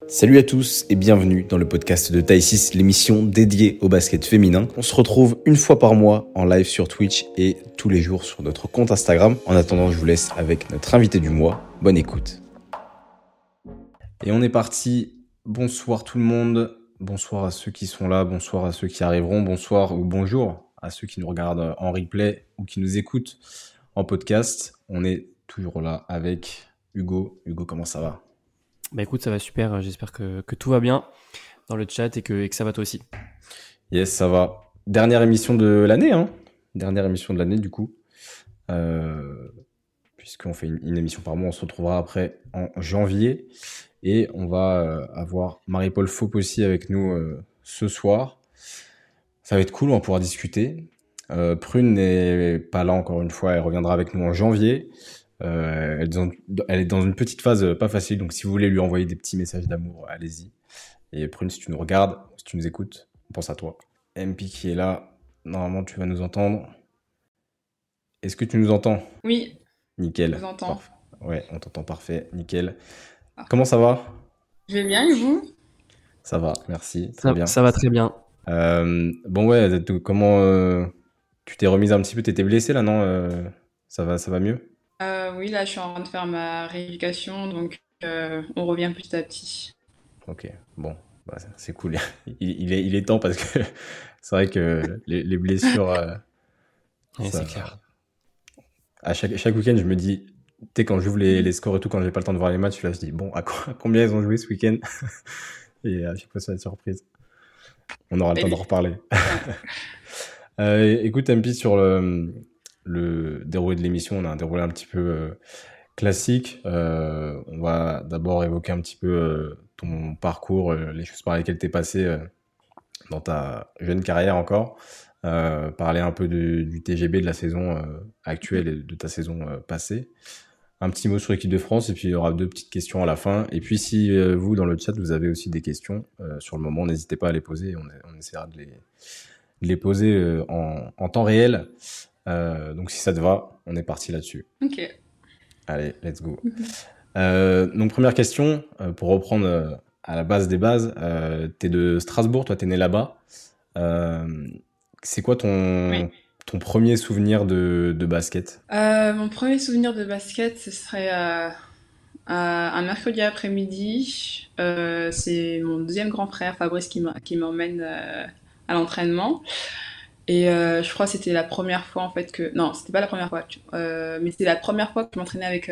Salut à tous et bienvenue dans le podcast de Taïsis, l'émission dédiée au basket féminin. On se retrouve une fois par mois en live sur Twitch et tous les jours sur notre compte Instagram. En attendant, je vous laisse avec notre invité du mois. Bonne écoute. Et on est parti. Bonsoir tout le monde. Bonsoir à ceux qui sont là. Bonsoir à ceux qui arriveront. Bonsoir ou bonjour à ceux qui nous regardent en replay ou qui nous écoutent en podcast. On est toujours là avec Hugo. Hugo, comment ça va ? Bah écoute, ça va super, j'espère que tout va bien dans le chat et que ça va toi aussi. Yes, ça va. Dernière émission de l'année, hein. Dernière émission de l'année du coup. Puisqu'on fait une émission par mois, on se retrouvera après en janvier. Et on va avoir Marie-Paul Faup aussi avec nous ce soir. Ça va être cool, on va pouvoir discuter. Prune n'est pas là encore une fois, elle reviendra avec nous en janvier. Elle est dans une petite phase pas facile, donc si vous voulez lui envoyer des petits messages d'amour, allez-y. Et Prune, si tu nous regardes, si tu nous écoutes, on pense à toi. MP qui est là, normalement tu vas nous entendre. Est-ce que tu nous entends ? Oui. Nickel. Je vous entends. Ouais, on t'entend parfait, nickel. Comment ça va ? Je vais bien et vous ? Ça va, merci, très bien. Ça va très bien. Bon ouais, comment tu t'es remise un petit peu, t'étais blessée là, non ? Ça va mieux ? Oui, là je suis en train de faire ma rééducation, donc on revient petit à petit. Ok, bon, bah, c'est cool. Il est temps parce que c'est vrai que les blessures... Ouais, ça- c'est clair. À chaque week-end, je me dis, tu sais, quand j'ouvre les scores et tout, quand j'ai pas le temps de voir les matchs, là, je dis, bon, à combien ils ont joué ce week-end ? Et à chaque fois, c'est la surprise. On aura le temps d'en reparler. Écoute, MP, sur le déroulé de l'émission, on a un déroulé un petit peu classique. On va d'abord évoquer un petit peu ton parcours, les choses par lesquelles tu es passé dans ta jeune carrière encore. Parler un peu du TGB de la saison actuelle et de ta saison passée. Un petit mot sur l'équipe de France et puis il y aura 2 petites questions à la fin. Et puis si vous, dans le chat, vous avez aussi des questions sur le moment, n'hésitez pas à les poser. On essaiera de les poser en temps réel. Donc si ça te va, on est parti là-dessus. Ok. Allez, let's go. Donc première question, pour reprendre à la base des bases, t'es de Strasbourg, toi t'es né là-bas. C'est quoi ton premier souvenir de basket ? Mon premier souvenir de basket, ce serait un mercredi après-midi. C'est mon deuxième grand frère, Fabrice, qui m'emmène à l'entraînement. Et je crois que c'était la première fois en fait que... Non, c'était pas la première fois, mais c'était la première fois que je m'entraînais avec...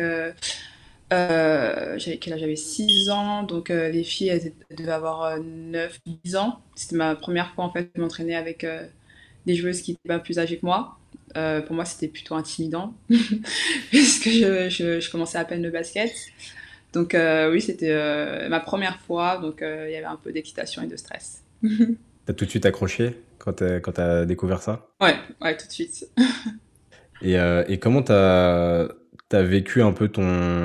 j'avais quel âge ? J'avais 6 ans, donc les filles, elles devaient avoir 9, 10 ans. C'était ma première fois en fait de m'entraîner avec des joueuses qui étaient pas plus âgées que moi. Pour moi, c'était plutôt intimidant, puisque je commençais à peine le basket. Donc oui, c'était ma première fois, donc il y avait un peu d'excitation et de stress. T'as tout de suite accroché quand t'as découvert ça ? Ouais, tout de suite. Et comment t'as vécu un peu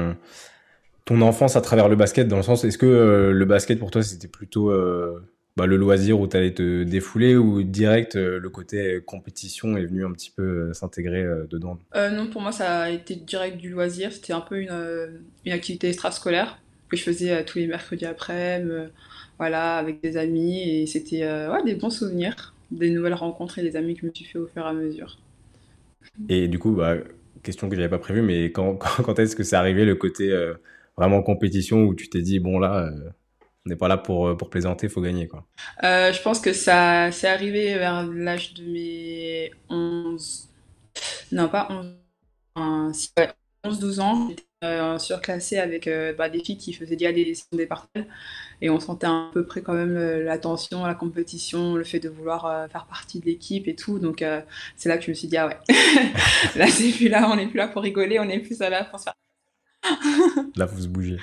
ton enfance à travers le basket, dans le sens, est-ce que le basket pour toi c'était plutôt le loisir où t'allais te défouler, ou direct le côté compétition est venu un petit peu s'intégrer dedans ? Non, pour moi, ça a été direct du loisir. C'était un peu une activité extrascolaire que je faisais tous les mercredis après-midi, voilà, avec des amis. Et c'était ouais, des bons souvenirs, des nouvelles rencontres et des amis que je me suis fait au fur et à mesure. Et du coup, question que j'avais pas prévue, mais quand est-ce que c'est arrivé le côté vraiment compétition où tu t'es dit, bon là, on n'est pas là pour plaisanter, faut gagner, quoi. Je pense que ça c'est arrivé vers l'âge de mes 11... Non, pas 11... 11-12 ans. J'étais surclassée avec des filles qui faisaient déjà des sessions départementales. Et on sentait à peu près quand même la tension, la compétition, le fait de vouloir faire partie de l'équipe et tout. Donc c'est là que je me suis dit, ah ouais, là c'est plus là, on n'est plus là pour rigoler, on est plus là pour se faire. Là, faut se bouger.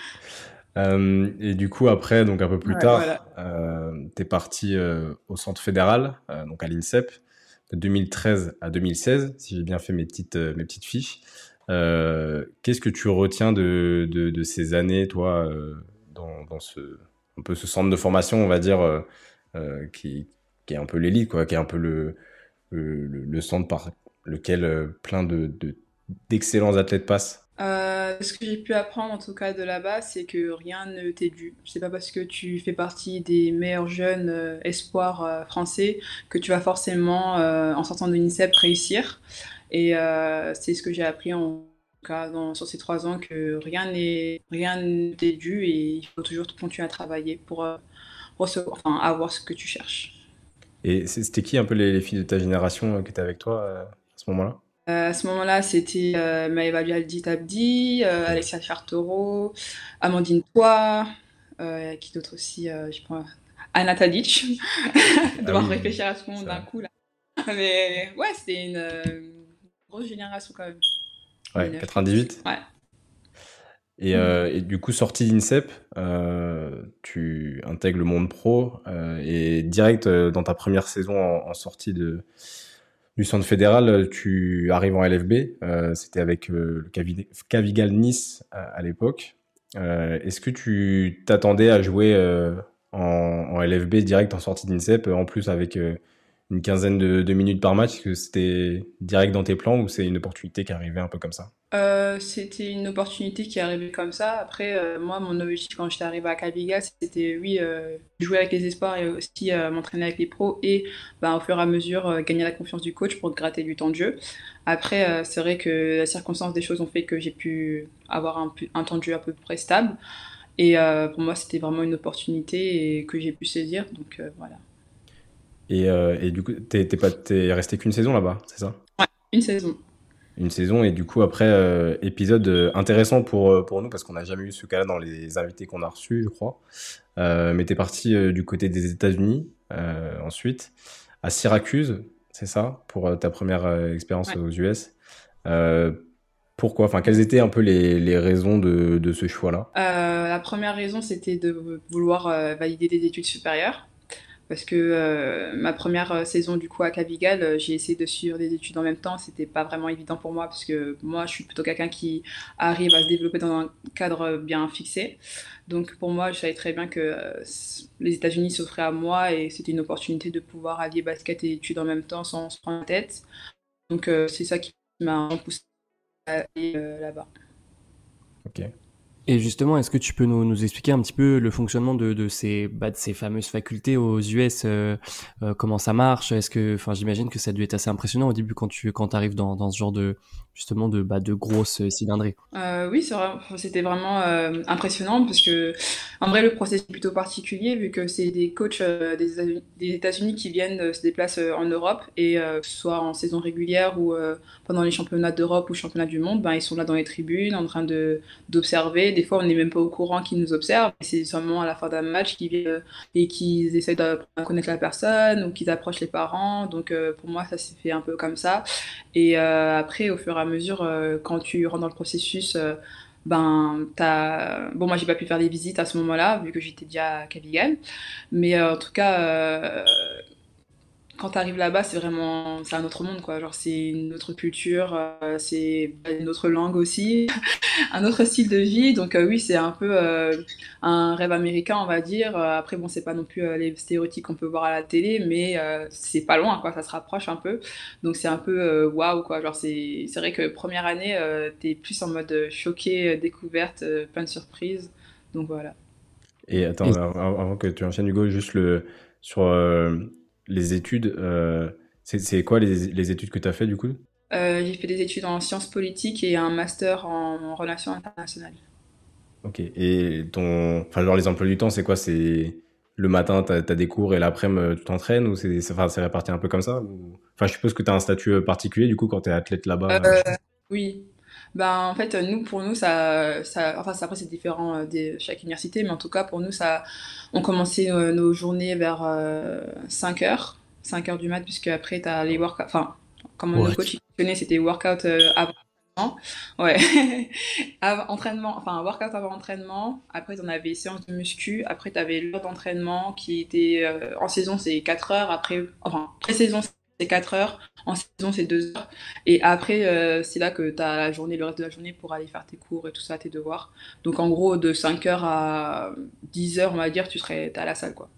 Et du coup, après, donc un peu plus tard, Voilà. t'es parti au centre fédéral, donc à l'INSEP, de 2013 à 2016, si j'ai bien fait mes petites fiches. Qu'est-ce que tu retiens de ces années, toi, dans un peu ce centre de formation, on va dire, qui est un peu l'élite, quoi, qui est un peu le centre par lequel plein d'excellents athlètes passent ? Ce que j'ai pu apprendre en tout cas de là-bas, c'est que rien ne t'est dû. C'est pas parce que tu fais partie des meilleurs jeunes espoirs français que tu vas forcément, en sortant de l'INSEP, réussir. Et c'est ce que j'ai appris en tout cas sur ces 3 ans, que rien ne t'est dû et il faut toujours continuer à travailler pour enfin, avoir ce que tu cherches. Et c'était qui un peu les filles de ta génération qui étaient avec toi à ce moment-là? À ce moment-là, c'était Maëva Bialdi Tabdi, Ok. Alexia Chartoro, Amandine Toit, qui d'autre aussi, je prends Anna Tadic. Ah Devoir oui, réfléchir à tout le monde c'est d'un vrai. coup là. Mais ouais, c'était une grosse génération quand même. Ouais, 2009. 98. Ouais. Et du coup, sorti d'INSEP, tu intègres le monde pro et direct dans ta première saison en sortie du centre fédéral, tu arrives en LFB. C'était avec le Cavigal Nice à l'époque. Est-ce que tu t'attendais à jouer en LFB direct en sortie d'INSEP, en plus avec une quinzaine de minutes par match? Est-ce que c'était direct dans tes plans ou c'est une opportunité qui arrivait un peu comme ça? C'était une opportunité qui est arrivée comme ça. Après, moi, mon objectif quand j'étais arrivée à Caviga, c'était, oui, jouer avec les espoirs et aussi m'entraîner avec les pros et bah, au fur et à mesure gagner la confiance du coach pour gratter du temps de jeu. Après, c'est vrai que la circonstance des choses ont fait que j'ai pu avoir un temps de jeu à peu près stable. Et pour moi, c'était vraiment une opportunité et que j'ai pu saisir. Donc voilà. Et du coup, t'es resté qu'une saison là-bas, c'est ça? Ouais, une saison. Une saison, et du coup, après, épisode intéressant pour nous, parce qu'on n'a jamais eu ce cas-là dans les invités qu'on a reçus, je crois. Mais t'es parti du côté des États-Unis, ensuite, à Syracuse, c'est ça, pour ta première expérience Ouais. aux US. Euh, Pourquoi? Enfin, quelles étaient un peu les raisons de ce choix-là? La première raison, c'était de vouloir valider des études supérieures. Parce que ma première saison du coup à Cavigal, j'ai essayé de suivre des études en même temps. C'était pas vraiment évident pour moi parce que moi, je suis plutôt quelqu'un qui arrive à se développer dans un cadre bien fixé. Donc pour moi, je savais très bien que les États-Unis s'offraient à moi et c'était une opportunité de pouvoir allier basket et études en même temps sans se prendre la tête. Donc c'est ça qui m'a poussé à aller là-bas. Ok. Et justement, est-ce que tu peux nous expliquer un petit peu le fonctionnement de ces fameuses facultés aux US, comment ça marche? Est-ce que, enfin, j'imagine que ça a dû être assez impressionnant au début quand t'arrives dans ce genre justement de grosses cylindrées. Oui, c'est vrai, enfin, c'était vraiment impressionnant parce que, en vrai, le process est plutôt particulier vu que c'est des coachs des États-Unis qui viennent se déplacent en Europe et que ce soit en saison régulière ou pendant les championnats d'Europe ou championnats du monde, ben, ils sont là dans les tribunes en train de d'observer. Des fois, on n'est même pas au courant qu'ils nous observent. C'est seulement à la fin d'un match qu'ils viennent et qu'ils essayent d'apprendre à connaître la personne ou qu'ils approchent les parents. Donc, pour moi, ça s'est fait un peu comme ça. Et après, au fur et à mesure, quand tu rentres dans le processus, ben, bon, moi, j'ai pas pu faire les visites à ce moment-là, vu que j'étais déjà à Cavigal. Mais en tout cas, quand t'arrives là-bas, c'est un autre monde, quoi. Genre, c'est une autre culture, c'est une autre langue aussi, un autre style de vie. Donc oui, c'est un peu un rêve américain, on va dire. Après, bon, c'est pas non plus les stéréotypes qu'on peut voir à la télé, mais c'est pas loin, quoi. Ça se rapproche un peu. Donc c'est un peu waouh, quoi. Genre c'est vrai que première année, t'es plus en mode choqué, découverte, plein de surprises. Donc voilà. Et attends, avant que tu enchaînes, Hugo, juste sur les études, c'est quoi les études que tu as fait du coup? J'ai fait des études en sciences politiques et un master en relations internationales. Ok. Et enfin, genre les emplois du temps, c'est quoi? C'est le matin, t'as des cours et l'après-midi, tu t'entraînes ou enfin, c'est réparti un peu comme ça? Enfin, je suppose que tu as un statut particulier du coup quand tu es athlète là-bas. Euh, oui. Ben, en fait, pour nous, enfin, après, c'est différent de chaque université, mais en tout cas, pour nous, on commençait nos journées vers 5 heures du mat, puisque après, t'as les workouts, enfin, comme nos Ouais. coachs, ils connaissent, c'était workout avant entraînement. Ouais. Entraînement, enfin, workout avant entraînement. Après, t'en avais séance de muscu. Après, t'avais l'heure d'entraînement qui était, en saison, c'est 4 heures. Après, enfin, pré-saison, c'est 4 heures. En saison, c'est 2 heures. Et après, c'est là que tu as la journée, le reste de la journée pour aller faire tes cours et tout ça, tes devoirs. Donc en gros, de 5 heures à 10 heures, on va dire, t'es à la salle, quoi.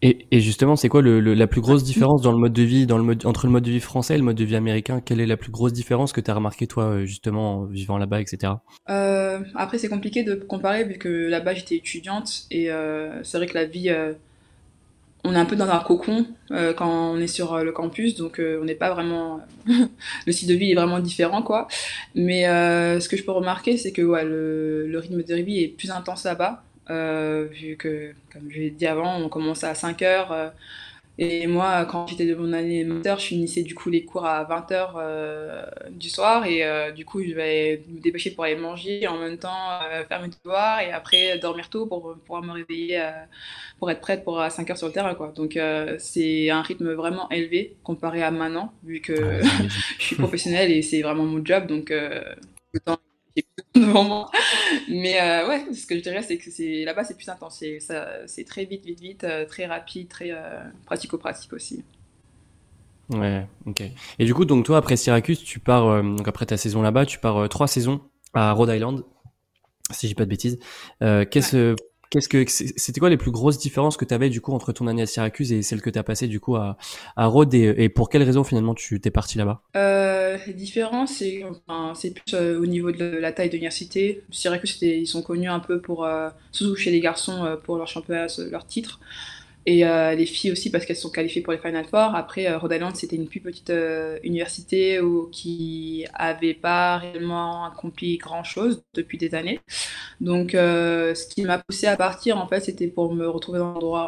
Et justement, c'est quoi la plus grosse différence dans le mode de vie, entre le mode de vie français et le mode de vie américain? Quelle est la plus grosse différence que tu as remarqué toi, justement, en vivant là-bas, etc. Après, c'est compliqué de comparer vu que là-bas j'étais étudiante et c'est vrai que la vie, on est un peu dans un cocon quand on est sur le campus, donc on n'est pas vraiment. Le style de vie est vraiment différent, quoi. Mais ce que je peux remarquer, c'est que ouais, le rythme de vie est plus intense là-bas, vu que, comme je l'ai dit avant, on commence à 5 heures. Et moi, quand j'étais de mon année master, je finissais du coup les cours à 20 heures du soir et du coup, je vais me dépêcher pour aller manger et en même temps faire mes devoirs et après dormir tôt pour pouvoir me réveiller pour être prête pour à 5 heures sur le terrain, quoi. Donc, c'est un rythme vraiment élevé comparé à maintenant, vu que Ouais, j'imagine. je suis professionnelle et c'est vraiment mon job, donc le temps est plus devant moi. Mais ouais, ce que je dirais, c'est que là-bas, c'est plus intense. C'est très vite, vite, vite, très rapide, très pratico-pratique aussi. Ouais, ok. Et du coup, donc toi, après Syracuse, tu pars, donc après ta saison là-bas, tu pars 3 saisons à Rhode Island, si j'ai pas de bêtises. Euh, Ouais. qu'est-ce, c'était quoi les plus grosses différences que tu avais du coup entre ton année à Syracuse et celle que tu as passée du coup à Rhodes et pour quelles raisons finalement tu t'es parti là-bas? Les différences, c'est plus au niveau de la taille de l'université. Syracuse, ils sont connus un peu pour, surtout chez les garçons, pour leur championnat, leur titre. Et les filles aussi parce qu'elles sont qualifiées pour les Final Four. Après, Rhode Island, c'était une plus petite université qui avait pas réellement accompli grand-chose depuis des années. Donc, ce qui m'a poussée à partir, en fait, c'était pour me retrouver dans un endroit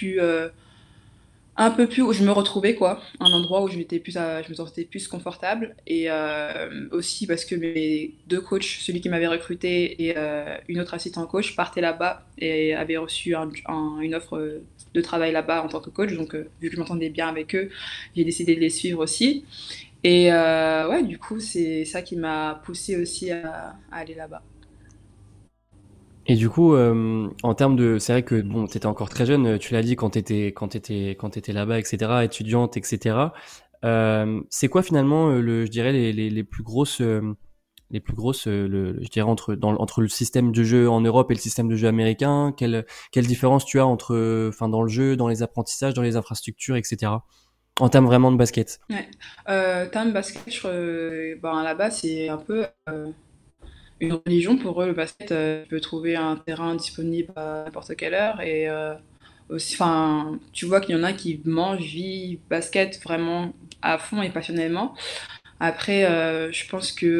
un peu plus où je me retrouvais, quoi. Un endroit où je me sentais plus confortable. Et aussi parce que mes deux coachs, celui qui m'avait recruté et une autre assistante coach, partaient là-bas et avaient reçu une offre de travail là-bas en tant que coach. Donc, vu que je m'entendais bien avec eux, j'ai décidé de les suivre aussi. Et ouais, du coup, c'est ça qui m'a poussée aussi à aller là-bas. Et du coup, en termes de, c'est vrai que bon, t'étais encore très jeune, tu l'as dit quand t'étais là-bas, etc., étudiante, etc. C'est quoi finalement je dirais les plus grosses, je dirais entre le système de jeu en Europe et le système de jeu américain, quelle différence tu as entre, enfin, dans le jeu, dans les apprentissages, dans les infrastructures, etc. En termes vraiment de basket. Ouais. Terme basket, ben, là-bas, c'est un peu une religion pour eux. Le basket, tu peux trouver un terrain disponible à n'importe quelle heure. Et aussi, enfin, tu vois qu'il y en a qui mangent, vivent basket vraiment à fond et passionnellement. Après, je pense que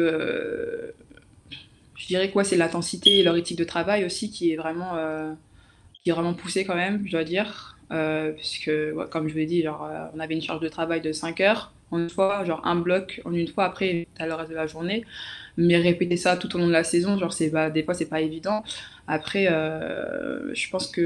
je dirais quoi, c'est l'intensité et leur éthique de travail aussi qui est vraiment poussée quand même, je dois dire. Puisque, ouais, comme je vous l'ai dit, genre, on avait une charge de travail de 5 heures en une fois, genre un bloc en une fois, après, t'as le reste de la journée. Mais répéter ça tout au long de la saison, genre, des fois, c'est pas évident. Après, je pense que.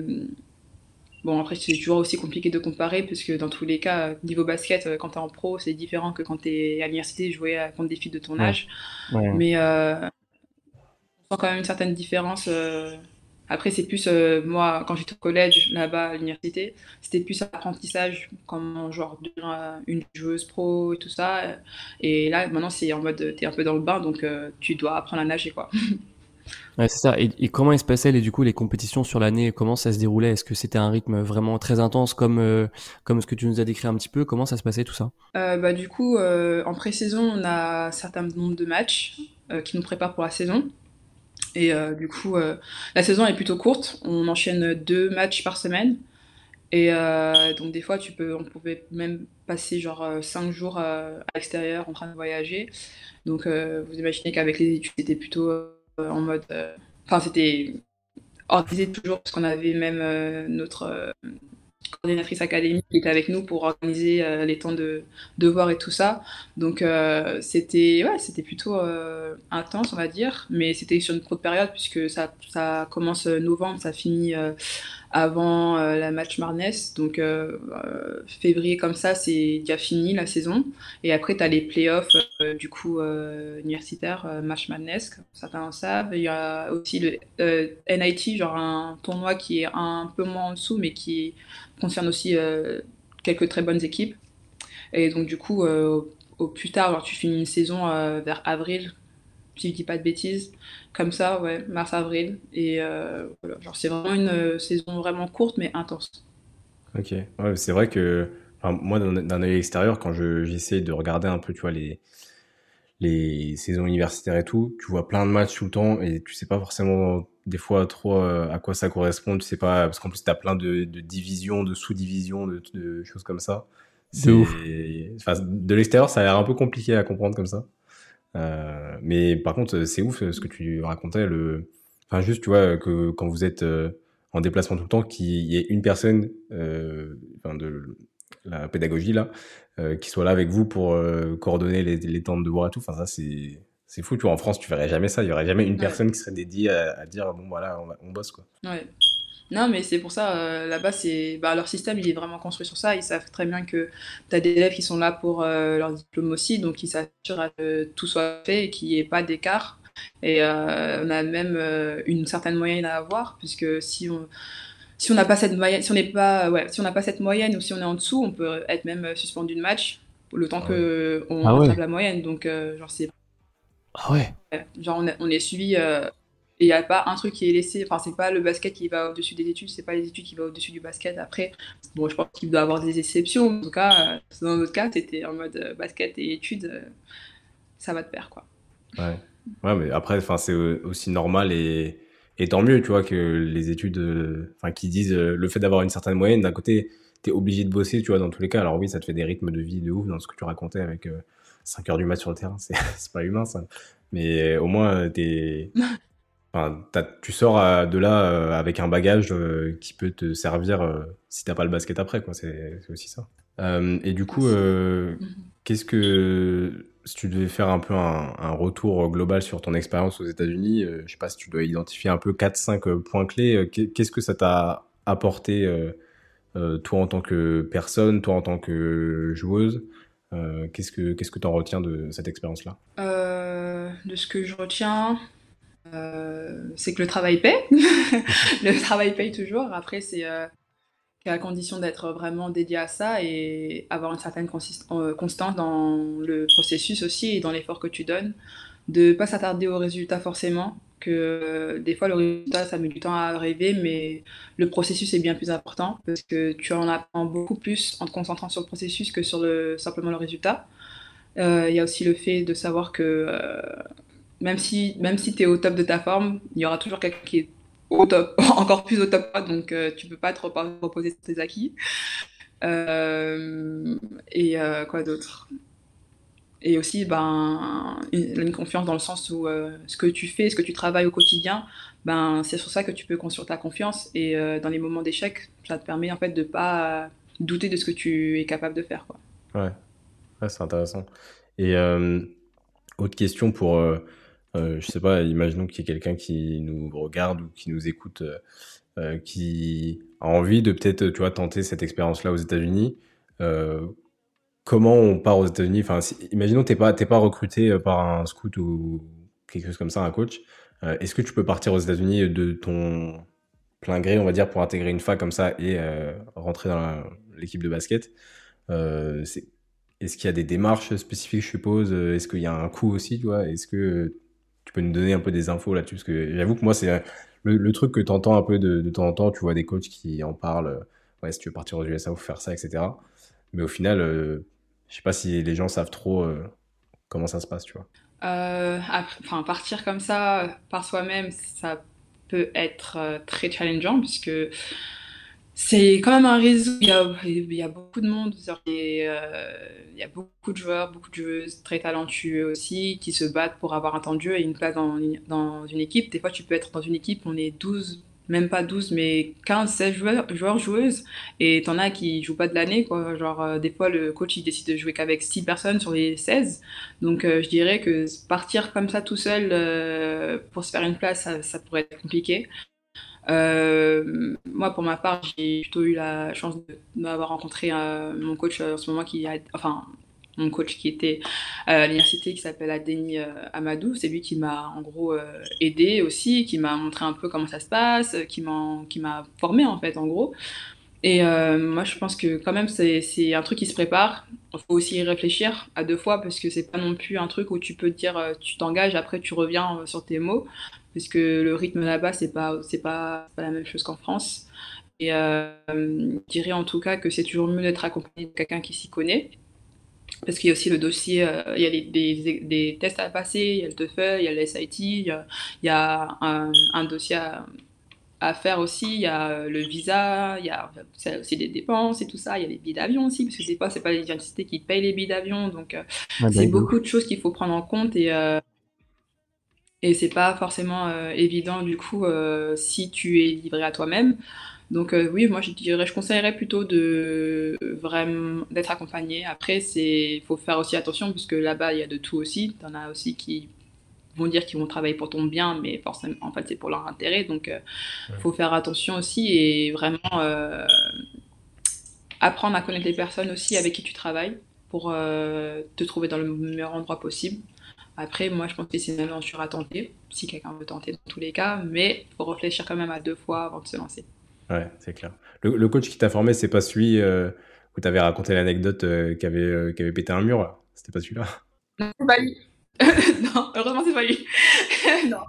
Bon, après, c'est toujours aussi compliqué de comparer, puisque dans tous les cas, niveau basket, quand t'es en pro, c'est différent que quand t'es à l'université, jouer contre des filles de ton Ouais, âge. ouais. Mais on sent quand même une certaine différence. Après, c'est plus, moi, quand j'étais au collège, là-bas, à l'université, c'était plus apprentissage, comment, genre, devenir une joueuse pro et tout ça. Et là, maintenant, c'est en mode, t'es un peu dans le bain, donc tu dois apprendre à nager, quoi. Ouais, c'est ça. Et comment il se passait du coup les compétitions sur l'année? Comment ça se déroulait? Est-ce que c'était un rythme vraiment très intense comme ce que tu nous as décrit un petit peu? Comment ça se passait tout ça? Bah, du coup, en pré-saison, on a un certain nombre de matchs qui nous préparent pour la saison. Et du coup, la saison est plutôt courte. On enchaîne 2 matchs par semaine. Et donc des fois, on pouvait même passer genre 5 jours à l'extérieur en train de voyager. Donc vous imaginez qu'avec les études, c'était plutôt en mode... Enfin, c'était organisé toujours parce qu'on avait même notre coordinatrice académique qui était avec nous pour organiser les temps de devoirs et tout ça. Donc c'était plutôt intense, on va dire, mais c'était sur une courte période puisque ça commence novembre, ça finit avant la match Marnès. Donc février comme ça, c'est déjà fini la saison. Et après, tu as les playoffs du coup universitaires, match Madness, comme certains le savent. Il y a aussi le NIT, genre un tournoi qui est un peu moins en dessous, mais qui concerne aussi quelques très bonnes équipes. Et donc du coup, au plus tard, genre, tu finis une saison vers avril, si je dis pas de bêtises, comme ça, ouais, mars-avril. Et voilà, genre c'est vraiment une saison vraiment courte mais intense. Ok. Ouais, c'est vrai que enfin, moi, d'un œil extérieur, quand j'essaie de regarder un peu, tu vois, les saisons universitaires et tout, tu vois plein de matchs tout le temps et tu sais pas forcément des fois trop à quoi ça correspond. Tu sais pas, parce qu'en plus, t'as plein de divisions, de sous-divisions, de choses comme ça. De ouf. Enfin, de l'extérieur, ça a l'air un peu compliqué à comprendre comme ça. Mais par contre, c'est ouf ce que tu racontais, enfin juste tu vois que quand vous êtes en déplacement tout le temps, qu'il y ait une personne, enfin de la pédagogie là, qui soit là avec vous pour coordonner les temps de devoirs et tout. Enfin ça c'est fou, tu vois. En France, tu verrais jamais ça. Il y aurait jamais une Ouais, personne qui serait dédiée à dire bon voilà, on bosse quoi. ouais. Non, mais c'est pour ça, là-bas, leur système, il est vraiment construit sur ça. Ils savent très bien que tu as des élèves qui sont là pour leur diplôme aussi, donc ils s'assurent que tout soit fait et qu'il n'y ait pas d'écart. Et on a même une certaine moyenne à avoir, puisque si on n'a pas cette moyenne, si on n'est pas, ouais, si on n'a pas cette moyenne ou si on est en dessous, on peut être même suspendu de match le temps Ah ouais. que on Ah rattrape ouais. la moyenne. Donc, genre, Ah ouais. on est suivi. Et il n'y a pas un truc qui est laissé. Enfin, c'est pas le basket qui va au-dessus des études, c'est pas les études qui vont au-dessus du basket. Après, bon, je pense qu'il doit y avoir des exceptions. En tout cas, dans notre cas, c'était en mode basket et études, ça va de pair, quoi. Ouais. Ouais, mais après, enfin, c'est aussi normal et tant mieux, tu vois, que les études, enfin, qui disent le fait d'avoir une certaine moyenne, d'un côté, t'es obligé de bosser, tu vois, dans tous les cas. Alors oui, ça te fait des rythmes de vie de ouf dans ce que tu racontais avec 5 heures du mat sur le terrain, c'est c'est pas humain, ça. Mais au moins, enfin, tu sors de là avec un bagage qui peut te servir si t'as pas le basket après, quoi. C'est aussi ça. Et du coup, Aussi. Mhm. qu'est-ce que, si tu devais faire un peu un retour global sur ton expérience aux États-Unis, je sais pas si tu dois identifier un peu quatre cinq points clés, qu'est-ce que ça t'a apporté, toi en tant que personne, toi en tant que joueuse, qu'est-ce que t'en retiens de cette expérience-là? De ce que je retiens, c'est que le travail paie. Le travail paye toujours. Après, c'est qu'à condition d'être vraiment dédié à ça et avoir une certaine constance dans le processus aussi et dans l'effort que tu donnes, de pas s'attarder au résultat forcément, que des fois le résultat ça met du temps à arriver, mais le processus est bien plus important parce que tu en apprends beaucoup plus en te concentrant sur le processus que sur simplement le résultat. Il y a aussi le fait de savoir que même si tu es au top de ta forme, il y aura toujours quelqu'un qui est au top, encore plus au top, donc tu peux pas trop reposer sur tes acquis. Euh, et quoi d'autre? Et aussi, ben, une confiance dans le sens où ce que tu fais, ce que tu travailles au quotidien, ben, c'est sur ça que tu peux construire ta confiance. Et dans les moments d'échec, ça te permet en fait de pas douter de ce que tu es capable de faire, quoi. Ouais, ouais, c'est intéressant. Et autre question pour, je sais pas, imaginons qu'il y ait quelqu'un qui nous regarde ou qui nous écoute, qui a envie de peut-être, tu vois, tenter cette expérience-là aux États-Unis. Euh, Comment on part aux États-Unis? Enfin, imaginons que t'es pas recruté par un scout ou quelque chose comme ça, un coach. Est-ce que tu peux partir aux États-Unis de ton plein gré, on va dire, pour intégrer une fac comme ça et rentrer dans l'équipe de basket? Euh, c'est- Est-ce qu'il y a des démarches spécifiques, je suppose? Est-ce qu'il y a un coût aussi, tu vois? Est-ce que tu peux nous donner un peu des infos là-dessus? Parce que j'avoue que moi, c'est le truc que tu entends un peu de temps en temps. Tu vois des coachs qui en parlent. Ouais, si tu veux partir aux USA, faut faire ça, etc. Mais au final, je sais pas si les gens savent trop comment ça se passe, tu vois. Enfin, partir comme ça par soi-même, ça peut être très challengeant puisque c'est quand même un réseau. Il y a beaucoup de monde. Il y a beaucoup de joueurs, beaucoup de joueuses très talentueux aussi qui se battent pour avoir un temps de jeu et une place dans une équipe. Des fois, tu peux être dans une équipe, on est 12, même pas 12, mais 15, 16 joueurs, joueuses. Et t'en as qui jouent pas de l'année, quoi. Genre, des fois, le coach, il décide de jouer qu'avec 6 personnes sur les 16. Donc, je dirais que partir comme ça tout seul pour se faire une place, ça pourrait être compliqué. Moi, pour ma part, j'ai plutôt eu la chance d'avoir rencontré mon coach en ce moment enfin, mon coach qui était à l'université qui s'appelle Adeni Amadou. C'est lui qui m'a en gros aidé aussi, qui m'a montré un peu comment ça se passe, qui m'a formé en fait en gros. Et moi, je pense que quand même, c'est un truc qui se prépare. Il faut aussi y réfléchir à deux fois parce que c'est pas non plus un truc où tu peux te dire, tu t'engages, après tu reviens sur tes mots, parce que le rythme là-bas, c'est pas la même chose qu'en France. Et je dirais en tout cas que c'est toujours mieux d'être accompagné de quelqu'un qui s'y connaît. Parce qu'il y a aussi le dossier, il y a des tests à passer, il y a le TOEFL, il y a le SAT, il y a un dossier à faire aussi, il y a le visa, il y a aussi des dépenses et tout ça, il y a les billets d'avion aussi, parce que c'est pas les universités qui payent les billets d'avion, donc Ouais, bah c'est oui, de beaucoup ouf. de choses qu'il faut prendre en compte et c'est pas forcément évident du coup si tu es livré à toi-même. Donc oui, moi je conseillerais plutôt de vraiment d'être accompagné. Après, faut faire aussi attention parce que là-bas il y a de tout aussi. T'en as aussi qui vont dire qu'ils vont travailler pour ton bien, mais forcément en fait c'est pour leur intérêt. Donc Ouais. faut faire attention aussi et vraiment apprendre à connaître les personnes aussi avec qui tu travailles pour te trouver dans le meilleur endroit possible. Après, moi, je pense que c'est une aventure à tenter, si quelqu'un veut tenter dans tous les cas, mais il faut réfléchir quand même à deux fois avant de se lancer. Ouais, c'est clair. Le coach qui t'a formé, c'est pas celui où t'avais raconté l'anecdote qui avait pété un mur, là. C'était pas celui-là. Non, c'est pas lui. Non, heureusement, c'est pas lui. Non,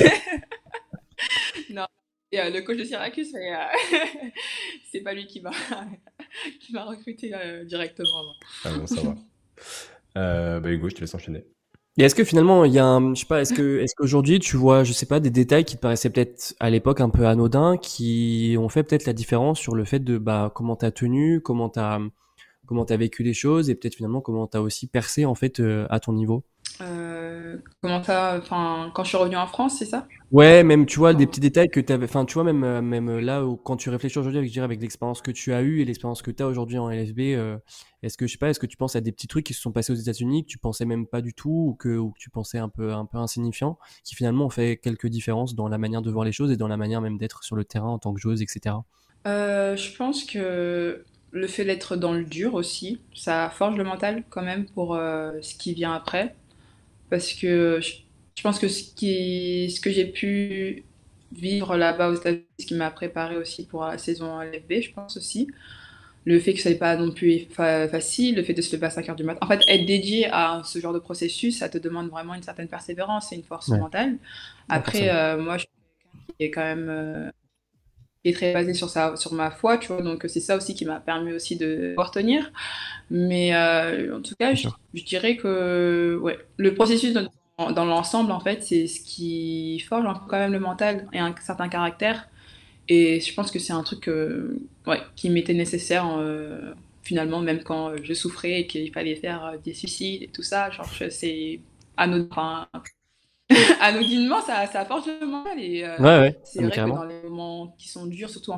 non. Et, le coach de Syracuse, mais, c'est pas lui qui m'a recruté directement. Non. Ah bon, ça va. Bah Hugo, je te laisse enchaîner. Et est-ce que finalement, il y a un, je sais pas, est-ce qu'aujourd'hui, tu vois, je sais pas, des détails qui te paraissaient peut-être à l'époque un peu anodins, qui ont fait peut-être la différence sur le fait de, bah, comment t'as tenu, comment t'as vécu les choses, et peut-être finalement comment t'as aussi percé, en fait, à ton niveau? Comment ça, enfin, quand je suis revenue en France, c'est ça? Ouais, même, tu vois, des Enfin, petits détails que t'avais, enfin, tu vois, même là, où, quand tu réfléchis aujourd'hui, avec, je dirais, avec l'expérience que tu as eue et l'expérience que tu as aujourd'hui en LFB, est-ce que, je sais pas, est-ce que tu penses à des petits trucs qui se sont passés aux États-Unis que tu pensais même pas du tout ou que tu pensais un peu insignifiants, qui finalement ont fait quelques différences dans la manière de voir les choses et dans la manière même d'être sur le terrain en tant que joueuse, etc. je pense que le fait d'être dans le dur aussi, ça forge le mental quand même pour ce qui vient après. Parce que je pense que ce que j'ai pu vivre là-bas aux États-Unis, ce qui m'a préparé aussi pour la saison LFB, je pense aussi. Le fait que ce n'est pas non plus facile, le fait de se lever à 5 heures du matin. En fait, être dédié à ce genre de processus, ça te demande vraiment une certaine persévérance et une force Ouais, mentale. ouais, Après, forcément. moi, je suis quelqu'un qui est quand même qui est très basé sur ma foi, tu vois. Donc, c'est ça aussi qui m'a permis aussi de pouvoir tenir. Mais en tout cas, Bien sûr. je dirais que ouais, le processus dans l'ensemble, en fait, c'est ce qui forge un peu quand même le mental et un certain caractère. Et je pense que c'est un truc ouais, qui m'était nécessaire finalement, même quand je souffrais et qu'il fallait faire des suicides et tout ça. Genre, c'est anodin, anodinement, ça forge le mental. Et Ouais, ouais, ah, c'est mais vrai que carrément. dans les moments qui sont durs, surtout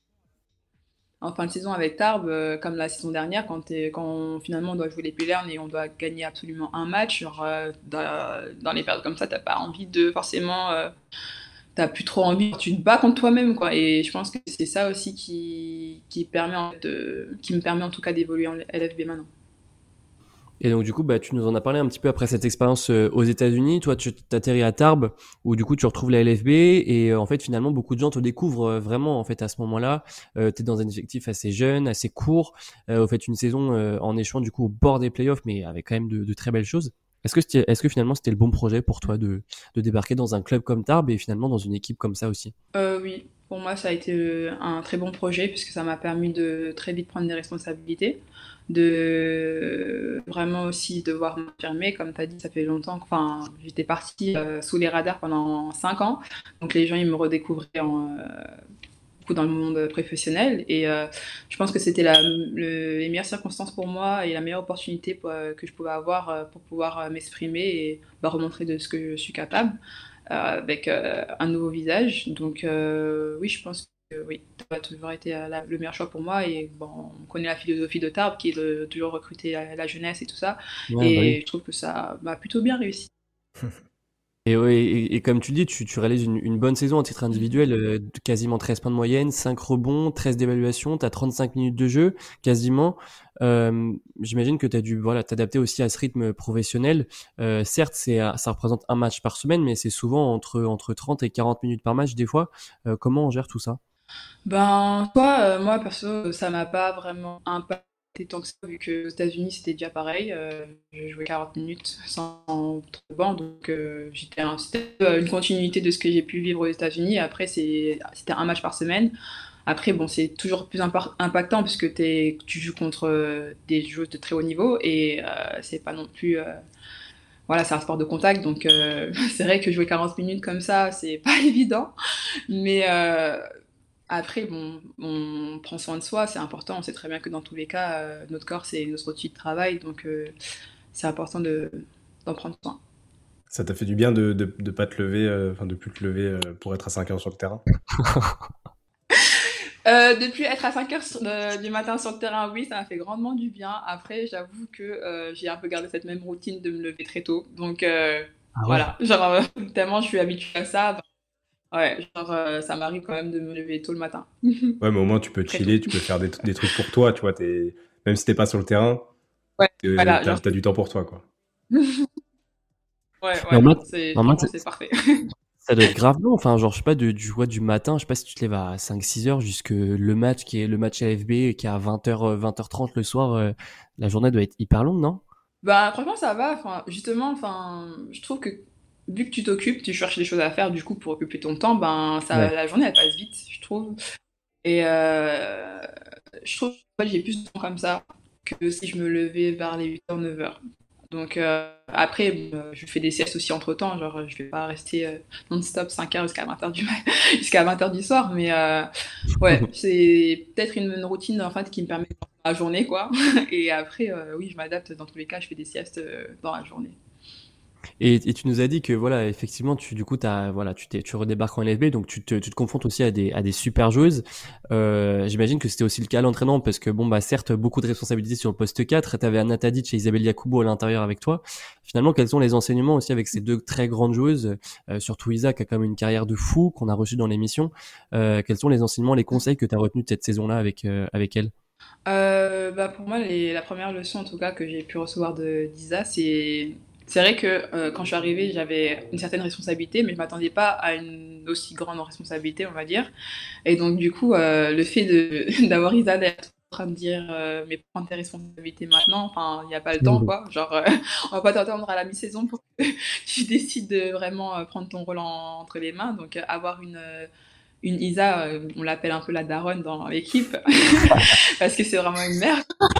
en fin de saison avec Tarbes, comme la saison dernière, quand finalement on doit jouer les Pélernes et on doit gagner absolument un match, genre, dans les périodes comme ça, t'as pas envie de forcément, t'as plus trop envie, tu te bats contre toi-même, quoi. Et je pense que c'est ça aussi qui permet en fait, qui me permet en tout cas d'évoluer en LFB maintenant. Et donc du coup, bah, tu nous en as parlé un petit peu après cette expérience aux États-Unis. Toi, tu t'atterris à Tarbes, où du coup tu retrouves la LFB, et en fait finalement beaucoup de gens te découvrent vraiment en fait à ce moment-là. T'es dans un effectif assez jeune, assez court. Vous faites une saison en échouant du coup au bord des playoffs, mais avec quand même de très belles choses. Est-ce que finalement c'était le bon projet pour toi de débarquer dans un club comme Tarbes et finalement dans une équipe comme ça aussi? Oui, pour moi ça a été un très bon projet puisque ça m'a permis de très vite prendre des responsabilités, de vraiment aussi devoir m'affirmer. Comme tu as dit, ça fait longtemps, enfin j'étais partie sous les radars pendant 5 ans, donc les gens ils me redécouvraient beaucoup dans le monde professionnel et je pense que c'était les meilleures circonstances pour moi et la meilleure opportunité que je pouvais avoir pour pouvoir m'exprimer et bah, remontrer de ce que je suis capable avec un nouveau visage. Donc oui, je pense que oui, ça a toujours été le meilleur choix pour moi. Et bon, on connaît la philosophie de Tarbes qui est de toujours recruter la jeunesse et tout ça. Ouais, bah oui. Et je trouve que ça m'a plutôt bien réussi. Et, ouais, et comme tu le dis, tu réalises une bonne saison à titre individuel, quasiment 13 points de moyenne, 5 rebonds, 13 d'évaluation, tu as 35 minutes de jeu, quasiment. J'imagine que tu as dû voilà, t'adapter aussi à ce rythme professionnel. Certes, ça représente un match par semaine, mais c'est souvent entre 30 et 40 minutes par match des fois. Comment on gère tout ça? Ben, toi, moi, perso, ça m'a pas vraiment impacté tant que ça, vu que aux États-Unis, c'était déjà pareil. Je jouais 40 minutes sans trop de banc, donc c'était une continuité de ce que j'ai pu vivre aux États-Unis. Après, c'était un match par semaine. Après, bon, c'est toujours plus impactant puisque tu joues contre des joueuses de très haut niveau et c'est pas non plus. Voilà, c'est un sport de contact, donc c'est vrai que jouer 40 minutes comme ça, c'est pas évident. Mais après, bon, on prend soin de soi, c'est important. On sait très bien que dans tous les cas, notre corps, c'est notre outil de travail, donc c'est important d'en prendre soin. Ça t'a fait du bien de pas te lever, enfin de plus te lever pour être à 5 heures sur le terrain? Depuis être à 5 heures du matin sur le terrain, oui, ça m'a fait grandement du bien. Après, j'avoue que j'ai un peu gardé cette même routine de me lever très tôt. Donc Ah ouais. voilà, genre tellement je suis habituée à ça. Bah, ouais, genre ça m'arrive quand même de me lever tôt le matin. Ouais, mais au moins tu peux Très tôt. chiller, tu peux faire des trucs pour toi, tu vois. Même si t'es pas sur le terrain, Ouais, voilà, genre t'as du temps pour toi, quoi. ouais, Mais ouais, non, c'est en maths, franchement c'est parfait. ça doit être grave long. Enfin, genre, je sais pas, du vois du matin, je sais pas si tu te lèves à 5-6 heures jusque le match qui est le match LFB qui est à 20h, 20h30 le soir, la journée doit être hyper longue, non? Bah franchement ça va, enfin justement, enfin je trouve que vu que tu t'occupes, tu cherches des choses à faire du coup pour occuper ton temps, ben ça Ouais. la journée elle passe vite, je trouve. Et je trouve que j'ai plus de temps comme ça que si je me levais vers les 8h 9h. Donc après, bon, je fais des siestes aussi entre temps, genre je vais pas rester non-stop 5 heures jusqu'à 20h jusqu'à 20h du soir, mais ouais, c'est peut-être une routine en fait qui me permet de faire la journée quoi. Et après, oui, je m'adapte dans tous les cas, je fais des siestes dans la journée. Et tu nous as dit que voilà, effectivement, du coup, voilà, tu redébarques en LFB, donc tu te confrontes aussi à des super joueuses. J'imagine que c'était aussi le cas à l'entraînement, parce que bon, bah, certes, beaucoup de responsabilités sur le poste 4. T'avais Anna Tadic et Isabelle Yakubo à l'intérieur avec toi. Finalement, quels sont les enseignements aussi avec ces deux très grandes joueuses, surtout Isa, qui a quand même une carrière de fou, qu'on a reçue dans l'émission. Quels sont les enseignements, les conseils que tu as retenus de cette saison-là avec elle? Bah pour moi, la première leçon en tout cas que j'ai pu recevoir de d'Isa, c'est vrai que quand je suis arrivée, j'avais une certaine responsabilité, mais je m'attendais pas à une aussi grande responsabilité, on va dire. Et donc du coup, le fait de d'avoir Isa derrière toi en train de dire mais prends tes responsabilités maintenant, enfin il n'y a pas le temps Mhm. quoi. Genre on va pas t'attendre à la mi-saison pour que tu décides de vraiment prendre ton rôle entre les mains. Donc avoir une Isa, on l'appelle un peu la daronne dans l'équipe, parce que c'est vraiment une mère.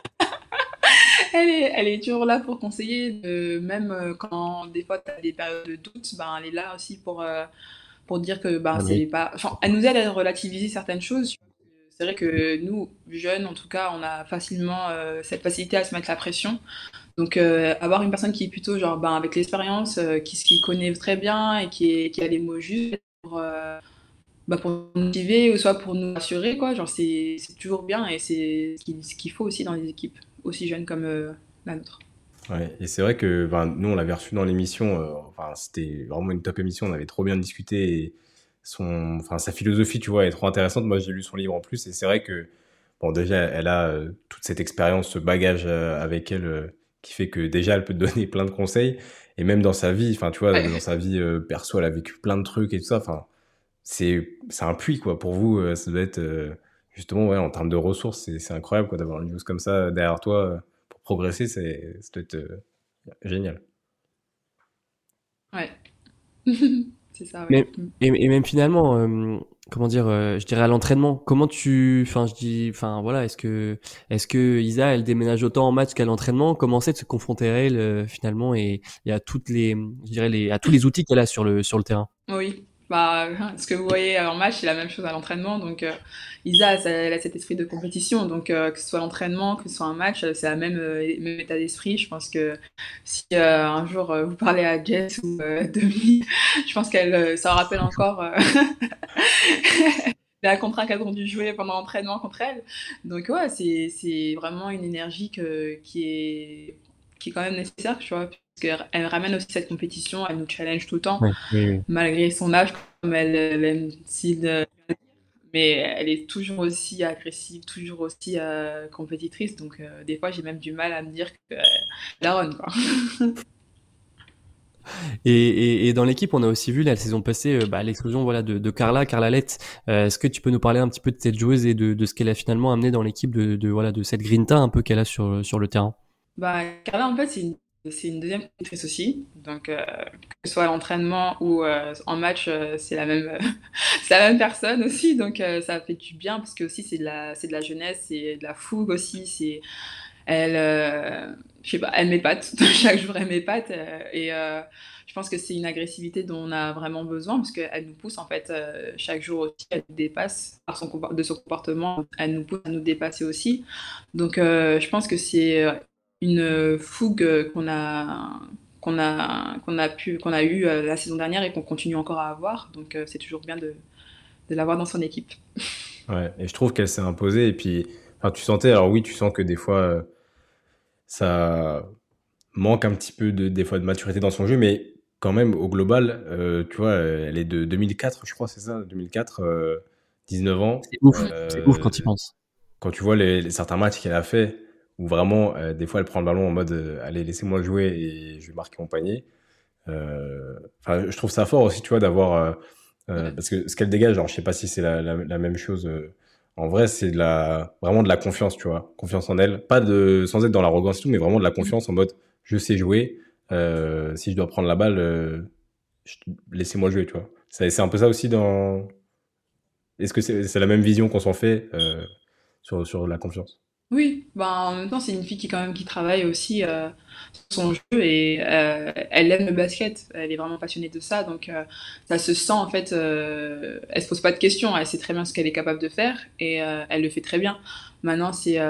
Elle est toujours là pour conseiller, même quand des fois tu as des périodes de doute, ben, elle est là aussi pour dire que ben, Ah bah oui. c'est pas. Enfin, elle nous aide à relativiser certaines choses. C'est vrai que nous, jeunes, en tout cas, on a facilement cette facilité à se mettre la pression. Donc, avoir une personne qui est plutôt genre, ben, avec l'expérience, qui connaît très bien et qui a les mots justes pour, pour nous motiver ou soit pour nous rassurer, quoi. Genre, c'est toujours bien et c'est ce qu'il faut aussi dans les équipes aussi jeunes comme la nôtre. Ouais, et c'est vrai que ben, nous, on l'avait reçu dans l'émission. Enfin, c'était vraiment une top émission. On avait trop bien discuté. Et enfin, sa philosophie, tu vois, est trop intéressante. Moi, j'ai lu son livre en plus. Et c'est vrai que, bon, déjà, elle a toute cette expérience, ce bagage avec elle qui fait que déjà, elle peut te donner plein de conseils. Et même dans sa vie, enfin, tu vois, Ouais, dans sa vie perso, elle a vécu plein de trucs et tout ça. Enfin, c'est un puits, quoi. Pour vous, ça doit être, justement, ouais, en termes de ressources, c'est incroyable, quoi, d'avoir une news comme ça derrière toi pour progresser. Ça doit être génial. ouais. C'est ça, ouais. Mais Mm. et même finalement, comment dire, je dirais à l'entraînement, enfin je dis, enfin voilà, est-ce que Isa elle déménage autant en match qu'à l'entraînement? Comment c'est de se confronter à elle finalement et à je dirais à tous les outils qu'elle a sur le terrain? Oui. Bah, ce que vous voyez en match, c'est la même chose à l'entraînement. Donc, Isa, elle a cet esprit de compétition. Donc, que ce soit l'entraînement, que ce soit un match, c'est la même état d'esprit. Je pense que si un jour vous parlez à Jess ou Demi, je pense ça en rappelle encore la contre qu'elles ont dû jouer pendant l'entraînement contre elle. Donc ouais, c'est vraiment une énergie qui est quand même nécessaire, tu vois, parce qu'elle ramène aussi cette compétition, elle nous challenge tout le temps, Ouais, oui, oui. malgré son âge, comme elle aime si mais elle est toujours aussi agressive, toujours aussi compétitrice, donc des fois j'ai même du mal à me dire que la run, quoi. Et dans l'équipe, on a aussi vu la saison passée bah, l'explosion voilà de Carla Lett. Est-ce que tu peux nous parler un petit peu de cette joueuse et de ce qu'elle a finalement amené dans l'équipe voilà de cette grinta un peu qu'elle a sur le terrain? Bah, Carla, en fait, c'est une c'est une deuxième productrice aussi. Donc, que ce soit à l'entraînement ou en match, c'est la même, c'est la même personne aussi. Donc, ça fait du bien parce que aussi, c'est de la jeunesse, c'est de la fougue aussi. Elle, je sais pas, elle m'épate. Chaque jour, elle m'épate. Je pense que c'est une agressivité dont on a vraiment besoin parce qu'elle nous pousse en fait chaque jour aussi. Elle nous dépasse de son comportement. Elle nous pousse à nous dépasser aussi. Donc, je pense que c'est une fougue qu'on a eu la saison dernière et qu'on continue encore à avoir. Donc, c'est toujours bien de l'avoir dans son équipe. Ouais, et je trouve qu'elle s'est imposée. Et puis, enfin, tu sentais, alors oui, tu sens que des fois, ça manque un petit peu des fois de maturité dans son jeu, mais quand même, au global, tu vois, elle est de 2004, je crois, c'est ça, 2004, 19 ans. C'est ouf quand tu y penses. Quand tu vois certains matchs qu'elle a fait, où vraiment, des fois, elle prend le ballon en mode, allez, laissez-moi jouer et je vais marquer mon panier. Enfin, je trouve ça fort aussi, tu vois, d'avoir, parce que ce qu'elle dégage, genre, je sais pas si c'est la même chose. En vrai, c'est vraiment de la confiance, tu vois, confiance en elle, pas sans être dans l'arrogance et tout, mais vraiment de la confiance en mode, je sais jouer. Si je dois prendre la balle, laissez-moi jouer, tu vois. C'est un peu ça aussi dans. Est-ce que c'est la même vision qu'on s'en fait sur la confiance? Oui, ben, en même temps, c'est une fille qui quand même qui travaille aussi sur son jeu et elle aime le basket. Elle est vraiment passionnée de ça, donc ça se sent en fait. Elle se pose pas de questions. Elle sait très bien ce qu'elle est capable de faire et elle le fait très bien. Maintenant,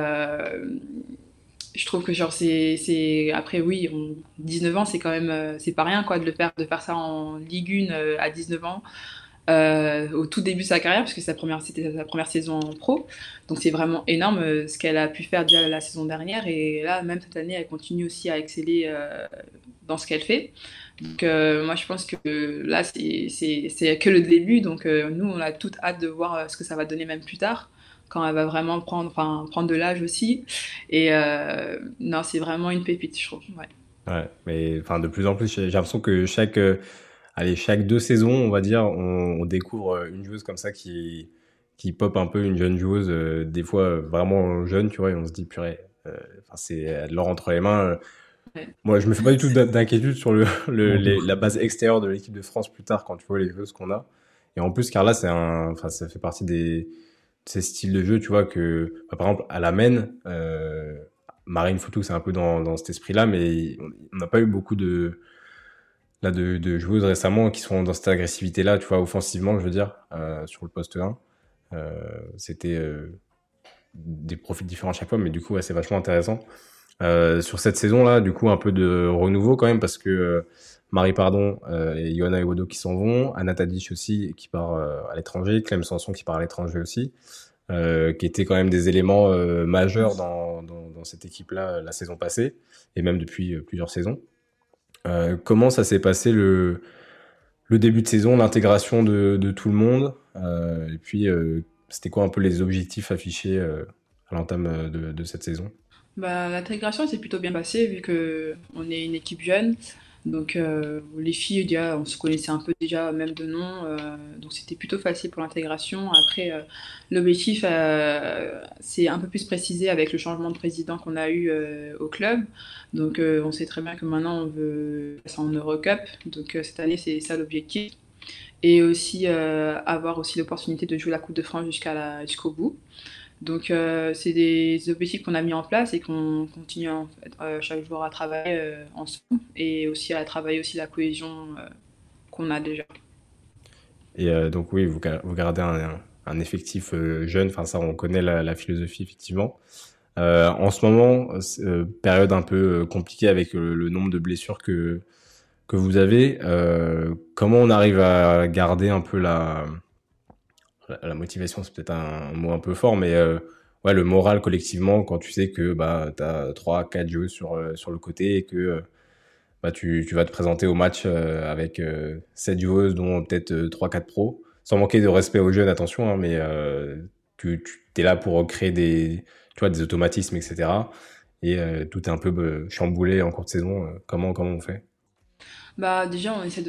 je trouve que genre c'est après oui, 19 ans, c'est quand même c'est pas rien quoi de faire ça en Ligue 1 à 19 ans au tout début de sa carrière, parce que c'était sa première saison en pro. Donc c'est vraiment énorme ce qu'elle a pu faire déjà la saison dernière. Et là, même cette année, elle continue aussi à exceller dans ce qu'elle fait. Donc moi, je pense que là, c'est que le début. Donc nous, on a toute hâte de voir ce que ça va donner même plus tard, quand elle va vraiment prendre de l'âge aussi. Et non, c'est vraiment une pépite, je trouve. Ouais. Ouais, mais enfin, de plus en plus, j'ai l'impression que chaque 2 saisons, on va dire, on découvre une joueuse comme ça qui pop un peu, une jeune joueuse, des fois vraiment jeune, tu vois, et on se dit, purée, enfin, elle leur entre les mains. Ouais. Moi, je me fais pas du tout d'inquiétude sur la base extérieure de l'équipe de France plus tard quand tu vois les joueuses qu'on a. Et en plus, Carla, enfin, ça fait partie de ces styles de jeu, tu vois, bah, par exemple, à la main, Marine Foutou, c'est un peu dans cet esprit-là, mais on n'a pas eu beaucoup de joueuses récemment qui sont dans cette agressivité-là, tu vois, offensivement, je veux dire, sur le poste 1. C'était des profils différents à chaque fois, mais du coup, ouais, c'est vachement intéressant. Sur cette saison-là, du coup, un peu de renouveau quand même, parce que Marie Pardon et Johanna Ewodo qui s'en vont, Anna Tadic aussi qui part à l'étranger, Clem Sanson qui part à l'étranger aussi, qui étaient quand même des éléments majeurs dans cette équipe-là la saison passée, et même depuis plusieurs saisons. Comment ça s'est passé le début de saison, l'intégration de tout le monde, et puis c'était quoi un peu les objectifs affichés à l'entame de cette saison? Bah, l'intégration s'est plutôt bien passée vu que on est une équipe jeune. Donc les filles, déjà, on se connaissait un peu déjà même de nom, donc c'était plutôt facile pour l'intégration. Après, l'objectif c'est un peu plus précisé avec le changement de président qu'on a eu au club. Donc on sait très bien que maintenant on veut passer en Eurocup. Donc cette année c'est ça l'objectif. Et aussi avoir aussi l'opportunité de jouer la Coupe de France jusqu'au bout. Donc, c'est des objectifs qu'on a mis en place et qu'on continue en fait, chaque jour à travailler ensemble et aussi à travailler aussi la cohésion qu'on a déjà. Et donc oui, vous gardez un effectif jeune, enfin ça on connaît la philosophie effectivement. En ce moment, période un peu compliquée avec le nombre de blessures que vous avez, comment on arrive à garder un peu la motivation, c'est peut-être un mot un peu fort, mais ouais, le moral collectivement quand tu sais que bah, tu as 3-4 joueurs sur le côté et que bah, tu vas te présenter au match avec 7 joueuses, dont peut-être 3-4 pros, sans manquer de respect aux jeunes, attention, hein, mais tu es là pour créer tu vois, des automatismes, etc. Et tout est un peu chamboulé en cours de saison. Comment on fait? Bah, déjà, on essaie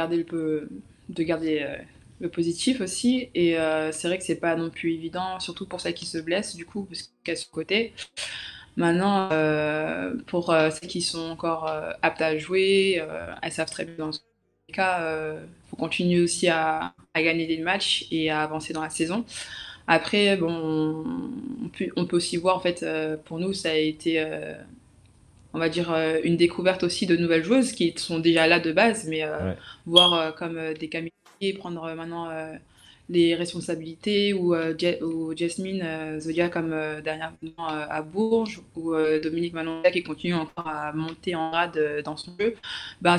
de garder le positif aussi. Et c'est vrai que c'est pas non plus évident, surtout pour celles qui se blessent, du coup, parce qu'elles sont côté. Maintenant, pour celles qui sont encore aptes à jouer, elles savent très bien dans ce cas, faut continuer aussi à gagner des matchs et à avancer dans la saison. Après, bon, on peut aussi voir, en fait, pour nous, ça a été, on va dire, une découverte aussi de nouvelles joueuses qui sont déjà là de base, mais Ouais. voir comme des Camille prendre maintenant les responsabilités ou Jasmine Zodia comme dernièrement à Bourges ou Dominique Manon qui continue encore à monter en grade dans son jeu, ben,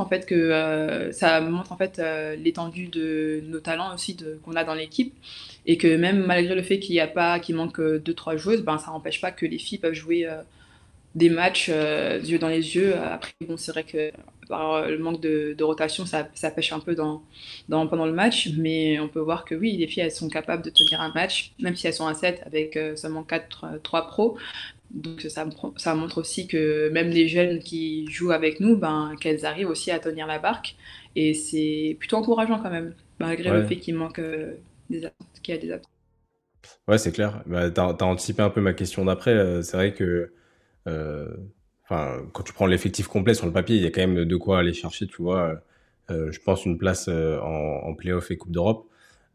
ça montre en fait l'étendue de nos talents aussi qu'on a dans l'équipe et que même malgré le fait qu'il manque deux trois joueuses, ben ça n'empêche pas que les filles peuvent jouer des matchs yeux dans les yeux. Après, bon, c'est vrai que le manque de rotation, ça pêche un peu pendant le match, mais on peut voir que oui, les filles, elles sont capables de tenir un match, même si elles sont à 7 avec seulement 3 pros. Donc ça montre aussi que même les jeunes qui jouent avec nous, ben, qu'elles arrivent aussi à tenir la barque. Et c'est plutôt encourageant quand même, malgré le Ouais. fait qu'il manque qu'il y a des absents. Ouais, c'est clair. Bah, t'as anticipé un peu ma question d'après. C'est vrai que, euh, enfin, quand tu prends l'effectif complet sur le papier, il y a quand même de quoi aller chercher, tu vois. Je pense une place en play-off et Coupe d'Europe.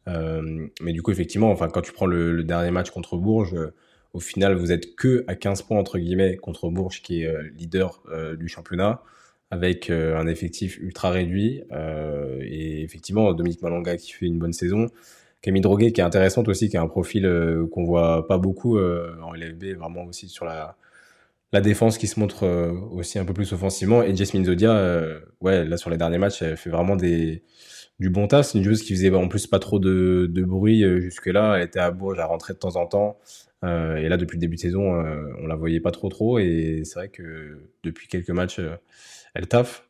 Mais du coup, effectivement, enfin, quand tu prends le dernier match contre Bourges, au final, vous êtes que à 15 points, entre guillemets, contre Bourges, qui est leader du championnat, avec un effectif ultra réduit. Et effectivement, Dominique Malanga qui fait une bonne saison. Camille Droguet qui est intéressante aussi, qui a un profil qu'on voit pas beaucoup en LFB, vraiment aussi sur la défense qui se montre aussi un peu plus offensivement. Et Jasmine Zodia, ouais, là sur les derniers matchs, elle fait vraiment du bon taf. C'est une joueuse qui faisait en plus pas trop de bruit jusque-là. Elle était à Bourges, elle rentrait de temps en temps. Et là, depuis le début de saison, on la voyait pas trop. Et c'est vrai que depuis quelques matchs, elle taffe.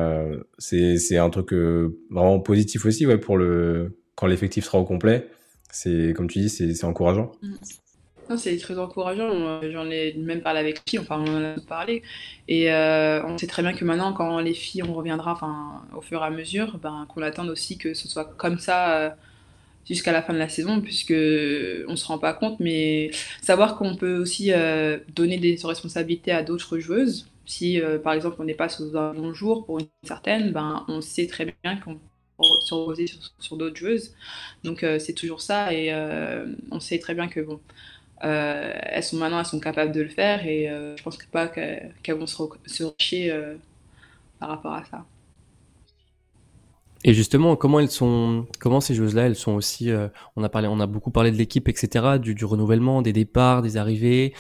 C'est un truc vraiment positif aussi, ouais, quand l'effectif sera au complet. C'est, comme tu dis, c'est encourageant. Non, c'est très encourageant. Moi, j'en ai même parlé avec les filles, enfin, on en a parlé. Et on sait très bien que maintenant, quand les filles, on reviendra, enfin, au fur et à mesure, ben, qu'on attende aussi que ce soit comme ça jusqu'à la fin de la saison, puisque on se rend pas compte, mais savoir qu'on peut aussi donner des responsabilités à d'autres joueuses. Si, par exemple, on n'est pas sous un bon jour pour une certaine, ben, on sait très bien qu'on peut se reposer sur d'autres joueuses. Donc, c'est toujours ça. Et on sait très bien que, bon, elles sont capables de le faire et je pense pas qu'elles vont se rusher par rapport à ça. Et justement, comment ces joueuses-là, elles sont aussi, on a beaucoup parlé de l'équipe, etc., du renouvellement, des départs, des arrivées.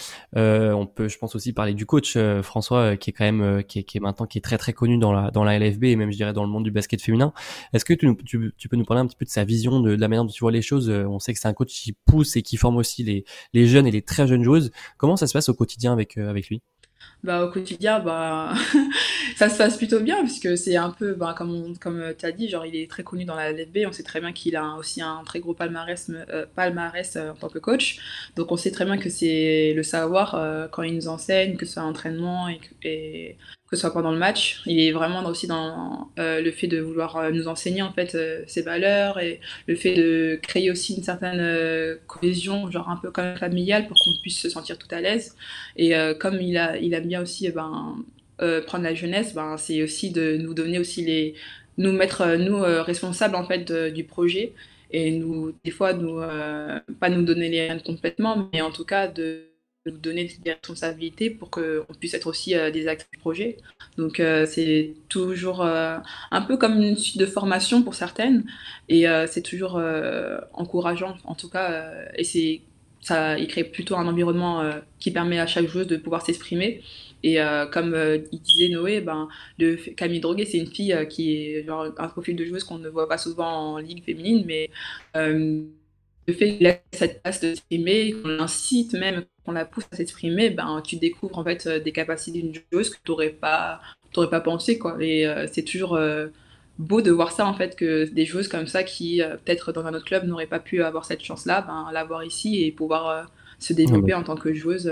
Je pense aussi parler du coach François, qui est quand même, qui est maintenant, qui est très très connu dans la LFB et même je dirais dans le monde du basket féminin. Est-ce que tu peux nous parler un petit peu de sa vision, de la manière dont tu vois les choses? On sait que c'est un coach qui pousse et qui forme aussi les jeunes et les très jeunes joueuses. Comment ça se passe au quotidien avec lui? Bah, au quotidien, bah, ça se passe plutôt bien, puisque c'est un peu, bah, comme tu as dit, genre, il est très connu dans la LFB. On sait très bien qu'il a aussi un très gros palmarès en tant que coach. Donc, on sait très bien que c'est le savoir quand il nous enseigne, que ce soit à l'entraînement et que ce soit pendant le match. Il est vraiment aussi dans le fait de vouloir nous enseigner, en fait, ses valeurs et le fait de créer aussi une certaine cohésion, genre un peu comme familiale, pour qu'on puisse se sentir tout à l'aise. Et comme il aime bien aussi prendre la jeunesse, ben, c'est aussi de nous donner aussi nous mettre responsables en fait du projet et nous des fois pas nous donner les rênes complètement, mais en tout cas de nous donner des responsabilités pour qu'on puisse être aussi des acteurs du projet. Donc c'est toujours un peu comme une suite de formation pour certaines et c'est toujours encourageant en tout cas et c'est ça, il crée plutôt un environnement qui permet à chaque joueuse de pouvoir s'exprimer. Et comme il disait Noé, ben, Camille Droguet, c'est une fille qui est genre un profil de joueuse qu'on ne voit pas souvent en ligue féminine, mais euh, le fait qu'il ait cette place de s'exprimer, qu'on l'incite même, qu'on la pousse à s'exprimer, ben, tu découvres en fait des capacités d'une joueuse que t'aurais pas pensé, quoi. Et c'est toujours beau de voir ça, en fait, que des joueuses comme ça qui, peut-être dans un autre club, n'auraient pas pu avoir cette chance-là, ben, l'avoir ici et pouvoir se développer en tant que joueuse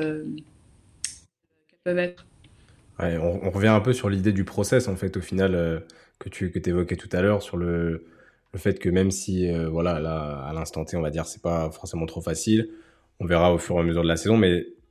qu'elles peuvent être. Ouais, on revient un peu sur l'idée du process, en fait, au final, que tu évoquais tout à l'heure, sur le fait que même si, voilà, là, à l'instant T, on va dire, c'est pas forcément trop facile, on verra au fur et à mesure de la saison, mais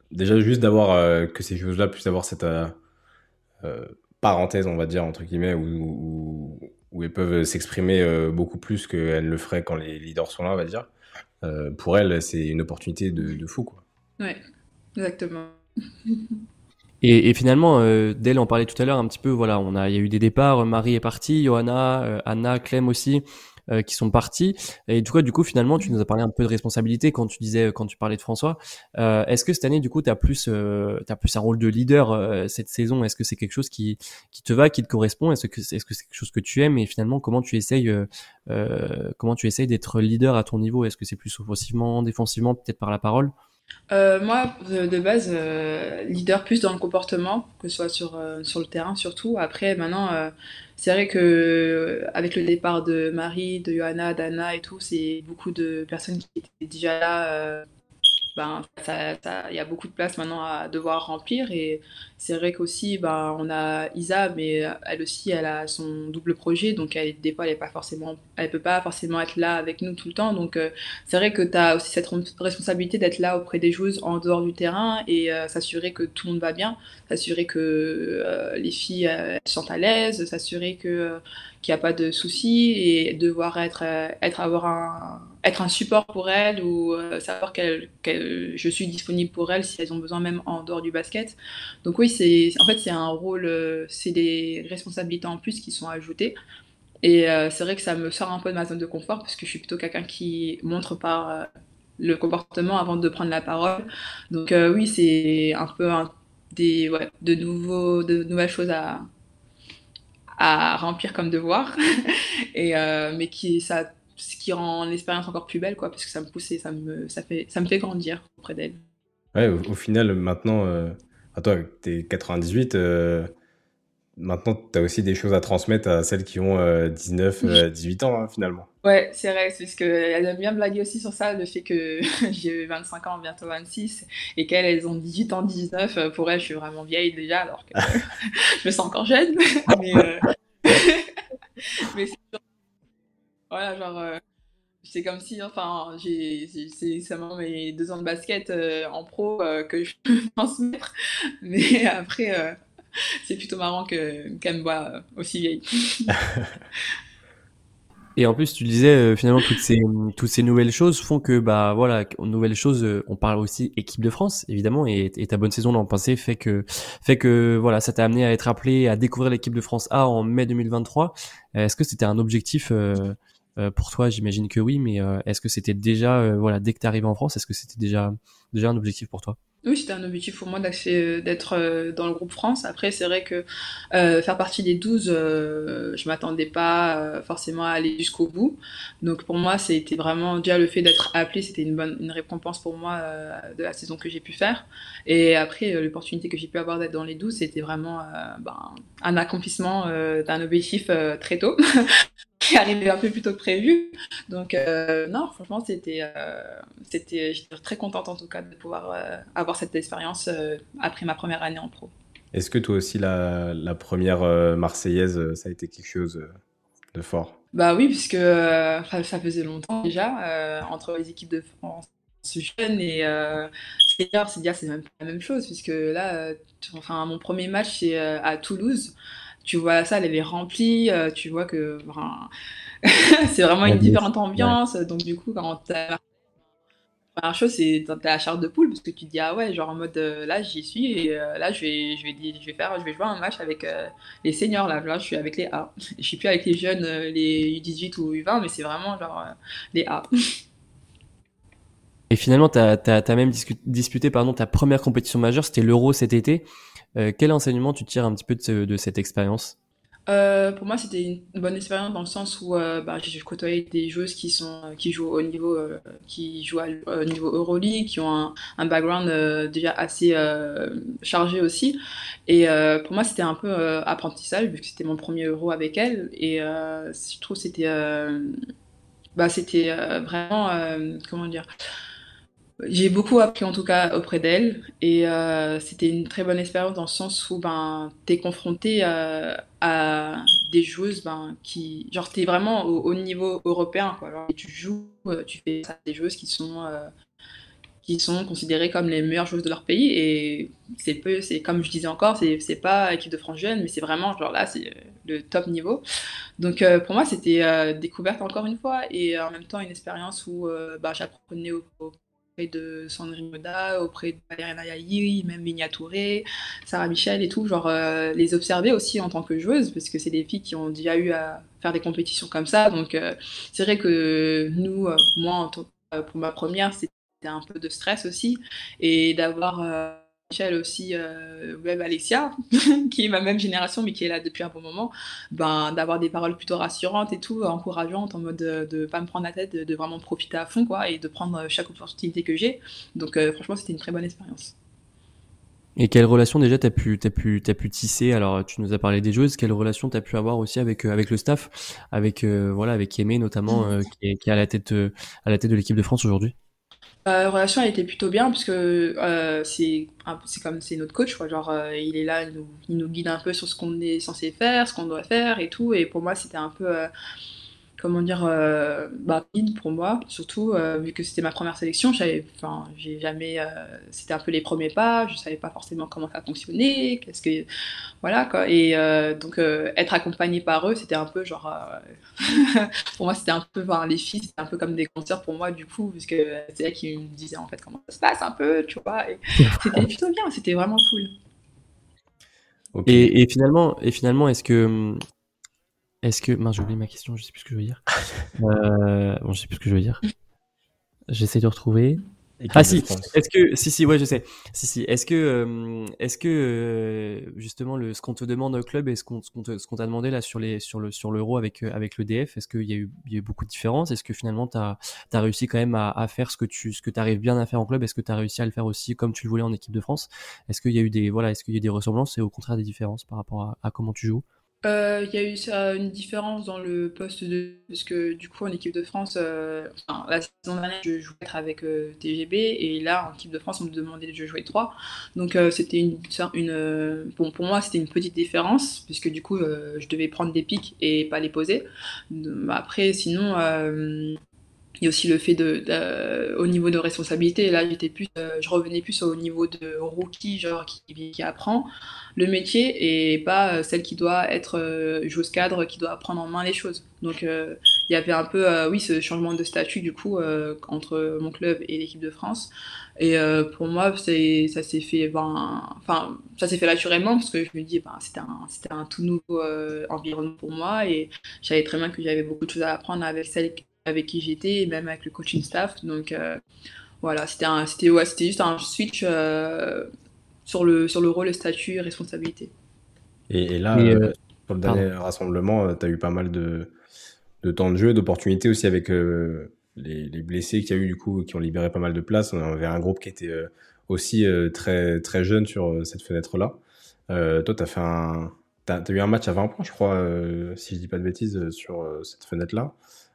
déjà juste d'avoir que ces choses-là puissent avoir cette euh, parenthèse, on va dire, entre guillemets, où elles peuvent s'exprimer beaucoup plus qu'elles le feraient quand les leaders sont là, on va dire. Pour elles, c'est une opportunité de fou, quoi. Ouais, exactement. Et finalement, Dell en parlait tout à l'heure un petit peu. Voilà, il y a eu des départs. Marie est partie, Johanna, Anna, Clem aussi, qui sont partis. Et du coup, finalement, tu nous as parlé un peu de responsabilité quand tu parlais de François. Est-ce que cette année, du coup, t'as plus un rôle de leader cette saison? Est-ce que c'est quelque chose qui te va, qui te correspond? Est-ce que c'est quelque chose que tu aimes? Et finalement, comment tu essayes d'être leader à ton niveau? Est-ce que c'est plus offensivement, défensivement, peut-être par la parole? Moi, de base, leader plus dans le comportement, que ce soit sur le terrain surtout. Après, maintenant, c'est vrai que avec le départ de Marie, de Johanna, d'Anna et tout, c'est beaucoup de personnes qui étaient déjà là. Ben, il y a beaucoup de place maintenant à devoir remplir. Et c'est vrai qu'aussi, ben, on a Isa, mais elle aussi, elle a son double projet. Donc, des fois, elle peut pas forcément être là avec nous tout le temps. Donc, c'est vrai que tu as aussi cette responsabilité d'être là auprès des joueuses en dehors du terrain et s'assurer que tout le monde va bien, s'assurer que les filles elles se sentent à l'aise, s'assurer qu'il n'y a pas de soucis et devoir être un support pour elles ou savoir je suis disponible pour elles si elles ont besoin même en dehors du basket. Donc oui, en fait c'est un rôle, c'est des responsabilités en plus qui sont ajoutées. Et c'est vrai que ça me sort un peu de ma zone de confort parce que je suis plutôt quelqu'un qui montre par le comportement avant de prendre la parole. Donc oui, c'est un peu de nouvelles choses à remplir comme devoir. Mais ce qui rend l'expérience encore plus belle, quoi, parce que ça me pousse et ça me fait grandir auprès d'elle. Ouais, au final, maintenant, toi, t'es 98, maintenant, t'as aussi des choses à transmettre à celles qui ont 19, 18 ans, hein, finalement. Ouais, c'est vrai, c'est parce qu'elle aime bien blaguer aussi sur ça, le fait que j'ai 25 ans, bientôt 26, et qu'elles, elles ont 18 ans, 19. Pour elles, je suis vraiment vieille déjà, alors que je me sens encore jeune. Mais, mais voilà, genre, c'est comme si, enfin, c'est seulement mes 2 ans de basket en pro que je peux transmettre. Mais après, c'est plutôt marrant qu'elle me voit aussi vieille. Et en plus, tu disais finalement toutes ces nouvelles choses font que bah voilà, nouvelles choses. On parle aussi équipe de France évidemment, et ta bonne saison l'an passé fait que voilà, ça t'a amené à être appelé à découvrir l'équipe de France A en mai 2023. Est-ce que c'était un objectif pour toi? J'imagine que oui, mais est-ce que c'était déjà voilà, dès que t'es arrivé en France, est-ce que c'était déjà un objectif pour toi? Oui, c'était un objectif pour moi d'être dans le groupe France. Après, c'est vrai que faire partie des 12, je m'attendais pas forcément à aller jusqu'au bout. Donc pour moi, c'était vraiment déjà le fait d'être appelé, c'était une récompense pour moi de la saison que j'ai pu faire. Et après, l'opportunité que j'ai pu avoir d'être dans les 12, c'était vraiment un accomplissement d'un objectif très tôt. Qui est arrivé un peu plus tôt que prévu. Donc non, franchement, j'étais très contente en tout cas de pouvoir avoir cette expérience après ma première année en pro. Est-ce que toi aussi, la première Marseillaise, ça a été quelque chose de fort? Bah oui, puisque ça faisait longtemps déjà entre les équipes de France jeunes et c'est même pas la même chose puisque là, enfin mon premier match c'est à Toulouse. Tu vois la salle elle est remplie, tu vois que enfin, c'est vraiment une L'ambiance. différente Ouais. ambiance. Donc du coup, quand t'as la première chose, c'est t'as la chair de poule parce que tu te dis ah ouais, genre en mode là j'y suis et là je vais jouer un match avec les seniors là je suis avec les A. Je suis plus avec les jeunes, les U18 ou U20, mais c'est vraiment genre les A. Et finalement, t'as même disputé pardon ta première compétition majeure, c'était l'Euro cet été. Quel enseignement tu tires un petit peu de cette expérience? Pour moi, c'était une bonne expérience dans le sens où j'ai côtoyé des joueuses qui jouent au niveau au niveau Euroleague, qui ont un background déjà assez chargé aussi. Et pour moi, c'était un peu apprentissage vu que c'était mon premier Euro avec elle. Et je trouve que c'était vraiment comment dire. J'ai beaucoup appris en tout cas auprès d'elle et c'était une très bonne expérience dans le sens où ben t'es confronté à des joueuses ben qui genre t'es vraiment au niveau européen quoi. Genre, tu joues, tu fais ça à des joueuses qui sont considérées comme les meilleures joueuses de leur pays. Et c'est comme je disais encore, c'est pas équipe de France jeune, mais c'est vraiment genre là, c'est le top niveau. Donc pour moi, c'était découverte encore une fois et en même temps une expérience où j'apprenais auprès de Sandrine Moda, auprès de Valériana Yahi, même Minia Touré, Sarah Michel et tout, genre les observer aussi en tant que joueuse, parce que c'est des filles qui ont déjà eu à faire des compétitions comme ça. Donc c'est vrai que nous, moi, pour ma première, c'était un peu de stress aussi, et d'avoir Michel aussi, même Alexia, qui est ma même génération mais qui est là depuis un bon moment, ben, d'avoir des paroles plutôt rassurantes et tout, encourageantes, en mode de pas me prendre la tête, de vraiment profiter à fond, quoi, et de prendre chaque opportunité que j'ai. Donc franchement, c'était une très bonne expérience. Et quelle relation déjà t'as pu tisser? Alors, tu nous as parlé des joueuses. Quelle relation t'as pu avoir aussi avec le staff, avec voilà, avec Aimé notamment, qui est à la tête de l'équipe de France aujourd'hui? La relation a été plutôt bien parce que c'est comme c'est notre coach, quoi. Genre il est là, il nous guide un peu sur ce qu'on est censé faire, ce qu'on doit faire et tout. Et pour moi, c'était un peu comment dire, rapide pour moi, surtout vu que c'était ma première sélection. J'ai jamais, c'était un peu les premiers pas. Je savais pas forcément comment ça fonctionnait, qu'est-ce que, voilà quoi. Et donc être accompagnée par eux, c'était un peu genre, pour moi, c'était un peu, enfin, les filles, c'était un peu comme des concerts pour moi du coup, parce que c'est elles qui me disaient en fait comment ça se passe un peu, tu vois. Et c'était plutôt bien, c'était vraiment cool. Ok. Et finalement, est-ce que, mince, j'ai oublié ma question, je sais plus ce que je veux dire. Bon, je sais plus ce que je veux dire. J'essaie de retrouver. Ah Équipe de si, France. est-ce que si ouais je sais. Si est-ce que justement le ce qu'on te demande au club et ce qu'on t'a demandé là sur l'Euro avec l'EDF, est-ce qu'il y a eu beaucoup de différences? Est-ce que finalement t'as réussi quand même à faire ce que t'arrives bien à faire en club? Est-ce que t'as réussi à le faire aussi comme tu le voulais en équipe de France? Est-ce qu'il y a eu des voilà, est-ce qu'il y a des ressemblances et au contraire des différences par rapport à comment tu joues? Il y a eu ça, une différence dans le poste de... Parce que du coup, en équipe de France, enfin, la saison dernière, je jouais avec TGB et là, en équipe de France, on me demandait de jouer 3. Donc c'était bon, pour moi, c'était une petite différence, puisque du coup, je devais prendre des pics et pas les poser. Après, sinon, il y a aussi le fait au niveau de responsabilité. Là, je revenais plus au niveau de rookie, genre qui apprend le métier et pas celle qui doit être joueuse cadre, qui doit prendre en main les choses. Donc, il y avait un peu, oui, ce changement de statut du coup entre mon club et l'équipe de France. Et pour moi, ça s'est fait, enfin, ça s'est fait naturellement parce que je me dis, c'était un tout nouveau environnement pour moi et je savais très bien que j'avais beaucoup de choses à apprendre avec celle avec qui j'étais et même avec le coaching staff. Donc voilà, c'était juste un switch sur le rôle, le statut et responsabilité. Et là, Et sur le pardon. dernier rassemblement, tu as eu pas mal de temps de jeu, d'opportunités aussi avec les blessés qu'il y a eu du coup, qui ont libéré pas mal de place. On avait un groupe qui était aussi très très jeune sur cette fenêtre-là. Toi, t'as eu un match à 20 points, je crois, si je dis pas de bêtises, sur cette fenêtre-là.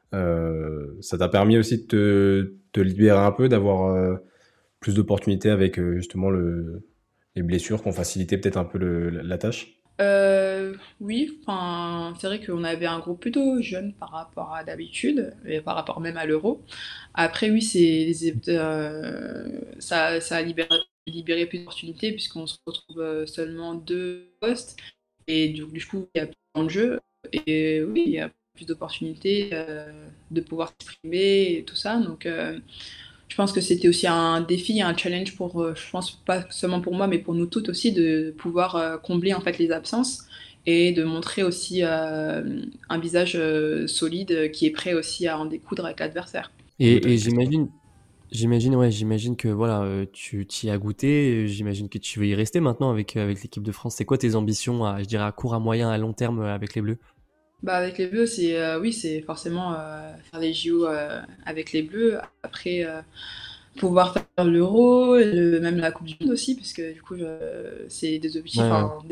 Ça t'a permis aussi de te libérer un peu, d'avoir plus d'opportunités avec justement les blessures qui ont facilité peut-être un peu la tâche. Oui, enfin, c'est vrai qu'on avait un groupe plutôt jeune par rapport à d'habitude, et par rapport même à l'euro. Après, oui, ça a libéré plus d'opportunités puisqu'on se retrouve seulement deux postes et du coup, il y a plus de temps de jeu et oui, il y a plus d'opportunités de pouvoir s'exprimer et tout ça. Donc, je pense que c'était aussi un défi, un challenge pour, je pense pas seulement pour moi, mais pour nous toutes aussi, de pouvoir combler en fait les absences et de montrer aussi un visage solide qui est prêt aussi à en découdre avec l'adversaire. Du coup, t'as Et une question. j'imagine que voilà, tu t'y as goûté. J'imagine que tu veux y rester maintenant avec l'équipe de France. C'est quoi tes ambitions à, je dirais, à court, à moyen, à long terme avec les Bleus? Bah avec les Bleus, oui, c'est forcément faire les JO avec les Bleus. Après, pouvoir faire l'Euro, même la Coupe du Monde aussi, parce que du coup, c'est des objectifs, Ouais, ouais. enfin,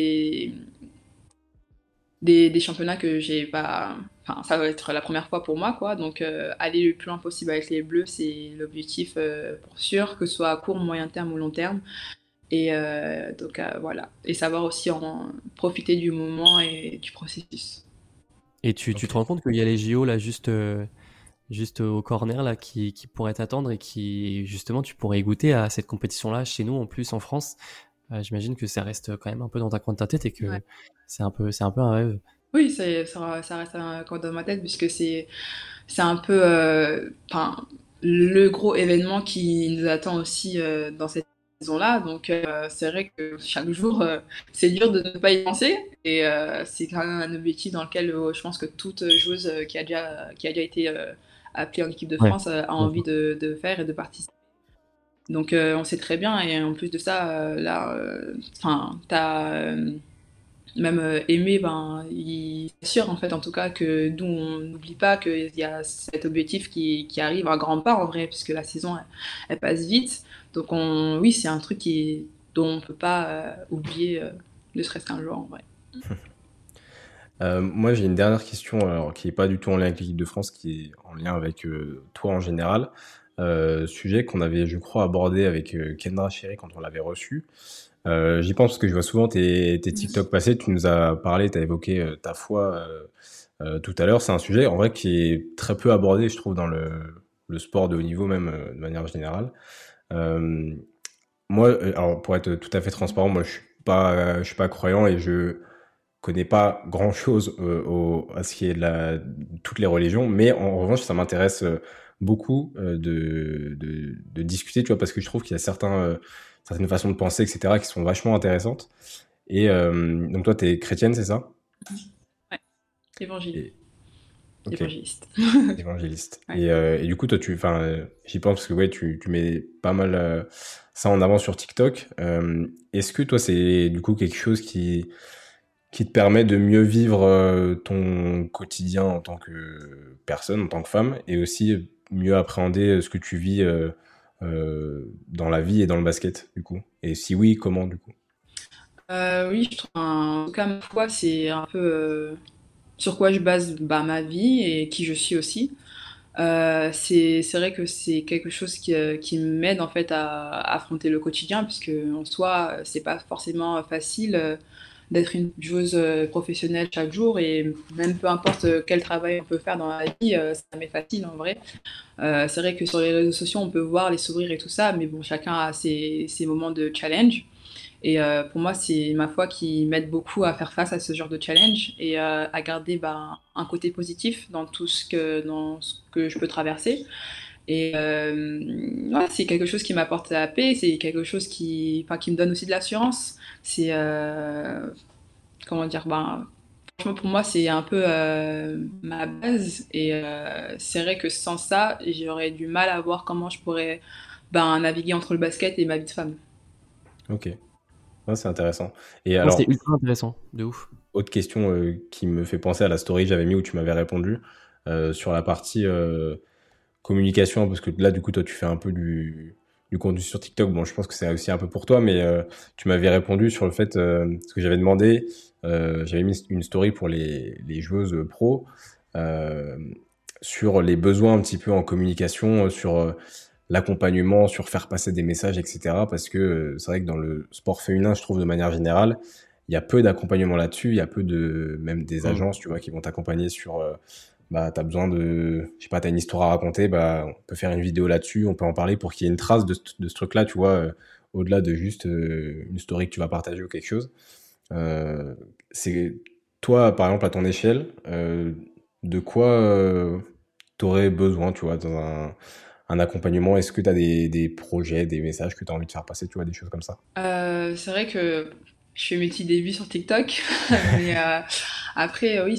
des championnats que j'ai pas. Enfin, ça va être la première fois pour moi, quoi. Donc, aller le plus loin possible avec les Bleus, c'est l'objectif pour sûr, que ce soit à court, moyen terme ou long terme. Et donc, voilà. Et savoir aussi en profiter du moment et du processus. Et tu te Ok. rends compte qu'il y a les JO là juste juste au corner là qui pourrait t'attendre et qui justement tu pourrais y goûter à cette compétition-là chez nous en plus en France. J'imagine que ça reste quand même un peu dans ta coin de ta tête et Ouais. que c'est un peu un rêve. Oui, ça reste un coin dans ma tête puisque c'est un peu enfin, le gros événement qui nous attend aussi dans cette saison-là. Donc c'est vrai que chaque jour, c'est dur de ne pas y penser. Et c'est quand même un objectif dans lequel je pense que toute joueuse qui a déjà été appelée en équipe de Ouais. France a envie D'accord. de faire et de participer. Donc on sait très bien. Et en plus de ça, là, enfin, t'as même Aimé, ben, il s'assure en fait en tout cas que nous on n'oublie pas qu'il y a cet objectif qui arrive à grands pas en vrai, puisque la saison elle passe vite. Donc oui, c'est un truc dont on peut pas oublier, ne serait-ce qu'un jour en vrai. Moi, j'ai une dernière question, alors, qui est pas du tout en lien avec l'équipe de France, qui est en lien avec toi en général. Sujet qu'on avait, je crois, abordé avec Kendra Chéri quand on l'avait reçu. J'y pense parce que je vois souvent tes TikTok passer. Tu nous as parlé, tu as évoqué ta foi tout à l'heure. C'est un sujet, en vrai, qui est très peu abordé, je trouve, dans le sport de haut niveau, même de manière générale. Euh, Moi, alors, pour être tout à fait transparent, moi, je suis pas croyant et je connais pas grand-chose à ce qui est toutes les religions, mais en revanche, ça m'intéresse beaucoup de discuter, tu vois, parce que je trouve qu'il y a certaines façons de penser, etc., qui sont vachement intéressantes. Et donc toi, t'es chrétienne, c'est ça? Ouais, évangile, Et, ok, évangéliste. évangéliste. Ouais. Et du coup, toi, enfin, j'y pense parce que ouais, tu mets pas mal ça en avant sur TikTok. Est-ce que toi, c'est du coup quelque chose qui te permet de mieux vivre ton quotidien en tant que personne, en tant que femme, et aussi mieux appréhender ce que tu vis dans la vie et dans le basket, du coup. Et si oui, comment, du coup? Oui, je trouve en tout cas ma foi c'est un peu sur quoi je base bah, ma vie et qui je suis aussi. C'est vrai que c'est quelque chose qui m'aide en fait à affronter le quotidien, puisque en soi, c'est pas forcément facile d'être une joueuse professionnelle chaque jour, et même peu importe quel travail on peut faire dans la vie, ça m'est facile en vrai. C'est vrai que sur les réseaux sociaux, on peut voir les sourires et tout ça, mais bon, chacun a ses moments de challenge. Et pour moi, c'est ma foi qui m'aide beaucoup à faire face à ce genre de challenge et à garder bah, un côté positif dans ce que je peux traverser. Et ouais, c'est quelque chose qui m'apporte la paix, c'est quelque chose enfin, qui me donne aussi de l'assurance. C'est, comment dire, ben, franchement, pour moi, c'est un peu ma base. Et c'est vrai que sans ça, j'aurais du mal à voir comment je pourrais ben, naviguer entre le basket et ma vie de femme. Ok, ouais, c'est intéressant. Et Non, c'était alors, ultra intéressant, de ouf. autre question qui me fait penser à la story que j'avais mis où tu m'avais répondu sur la partie communication, parce que là, du coup, toi, tu fais un peu du contenu sur TikTok. Bon, je pense que c'est aussi un peu pour toi, mais tu m'avais répondu sur le fait, ce que j'avais demandé, j'avais mis une story pour les joueuses pro, euh, sur les besoins un petit peu en communication, sur l'accompagnement, sur faire passer des messages, etc. Parce que c'est vrai que dans le sport féminin, je trouve de manière générale, il y a peu d'accompagnement là-dessus, il y a peu même des Mm. agences, tu vois, qui vont t'accompagner sur bah t'as besoin je sais pas, t'as une histoire à raconter, bah on peut faire une vidéo là-dessus, on peut en parler pour qu'il y ait une trace de ce truc-là, tu vois, au-delà de juste une story que tu vas partager ou quelque chose. Euh, c'est toi, par exemple, à ton échelle, de quoi t'aurais besoin, tu vois, dans un accompagnement? Est-ce que t'as des projets, des messages que t'as envie de faire passer, tu vois, des choses comme ça? C'est vrai que je fais mes petits débuts sur TikTok, mais après, oui,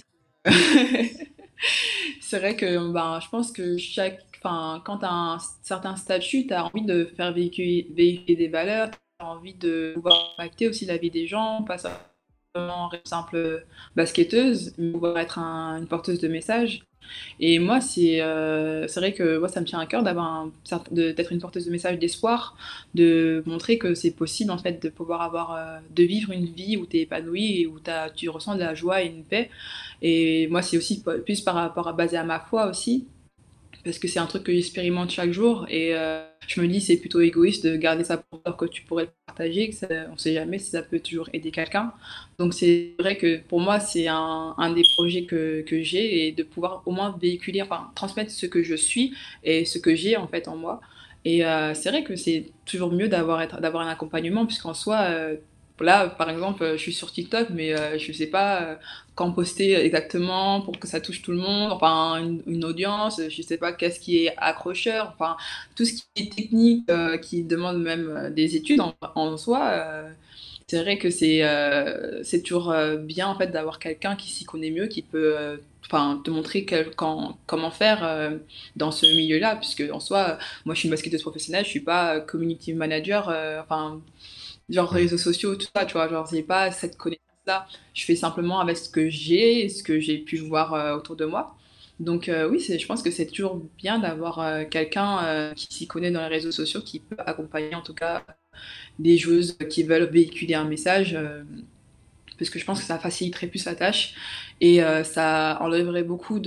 c'est vrai que ben, je pense que enfin, quand tu as un certain statut, tu as envie de faire véhiculer des valeurs, tu as envie de pouvoir impacter aussi la vie des gens, pas seulement être simple basketteuse, mais pouvoir être une porteuse de messages. Et moi, c'est vrai que moi, ça me tient à cœur d'être une porteuse de message d'espoir, de montrer que c'est possible en fait de pouvoir de vivre une vie où tu es épanoui et où tu ressens de la joie et une paix. Et moi, c'est aussi plus par rapport basé à ma foi aussi, parce que c'est un truc que j'expérimente chaque jour et je me dis c'est plutôt égoïste de garder ça pour toi que tu pourrais le partager, que ça, on sait jamais si ça peut toujours aider quelqu'un. Donc c'est vrai que pour moi c'est un des projets que j'ai et de pouvoir au moins véhiculer, enfin transmettre ce que je suis et ce que j'ai en fait en moi. Et c'est vrai que c'est toujours mieux d'avoir un accompagnement puisqu'en soi là, par exemple, je suis sur TikTok, mais je sais pas quand poster exactement pour que ça touche tout le monde, enfin une audience, je sais pas qu'est-ce qui est accrocheur, enfin tout ce qui est technique, qui demande même des études en soi. C'est vrai que c'est toujours bien en fait d'avoir quelqu'un qui s'y connaît mieux, qui peut enfin te montrer comment faire dans ce milieu-là, puisque en soi, moi je suis une basketteuse professionnelle, je suis pas community manager, enfin genre Ouais. réseaux sociaux, tout ça, tu vois, genre j'ai pas cette connaissance-là. Je fais simplement avec ce que j'ai et ce que j'ai pu voir autour de moi. Donc oui, je pense que c'est toujours bien d'avoir quelqu'un qui s'y connaît dans les réseaux sociaux, qui peut accompagner en tout cas des joueuses qui veulent véhiculer un message, parce que je pense que ça faciliterait plus la tâche et ça enlèverait beaucoup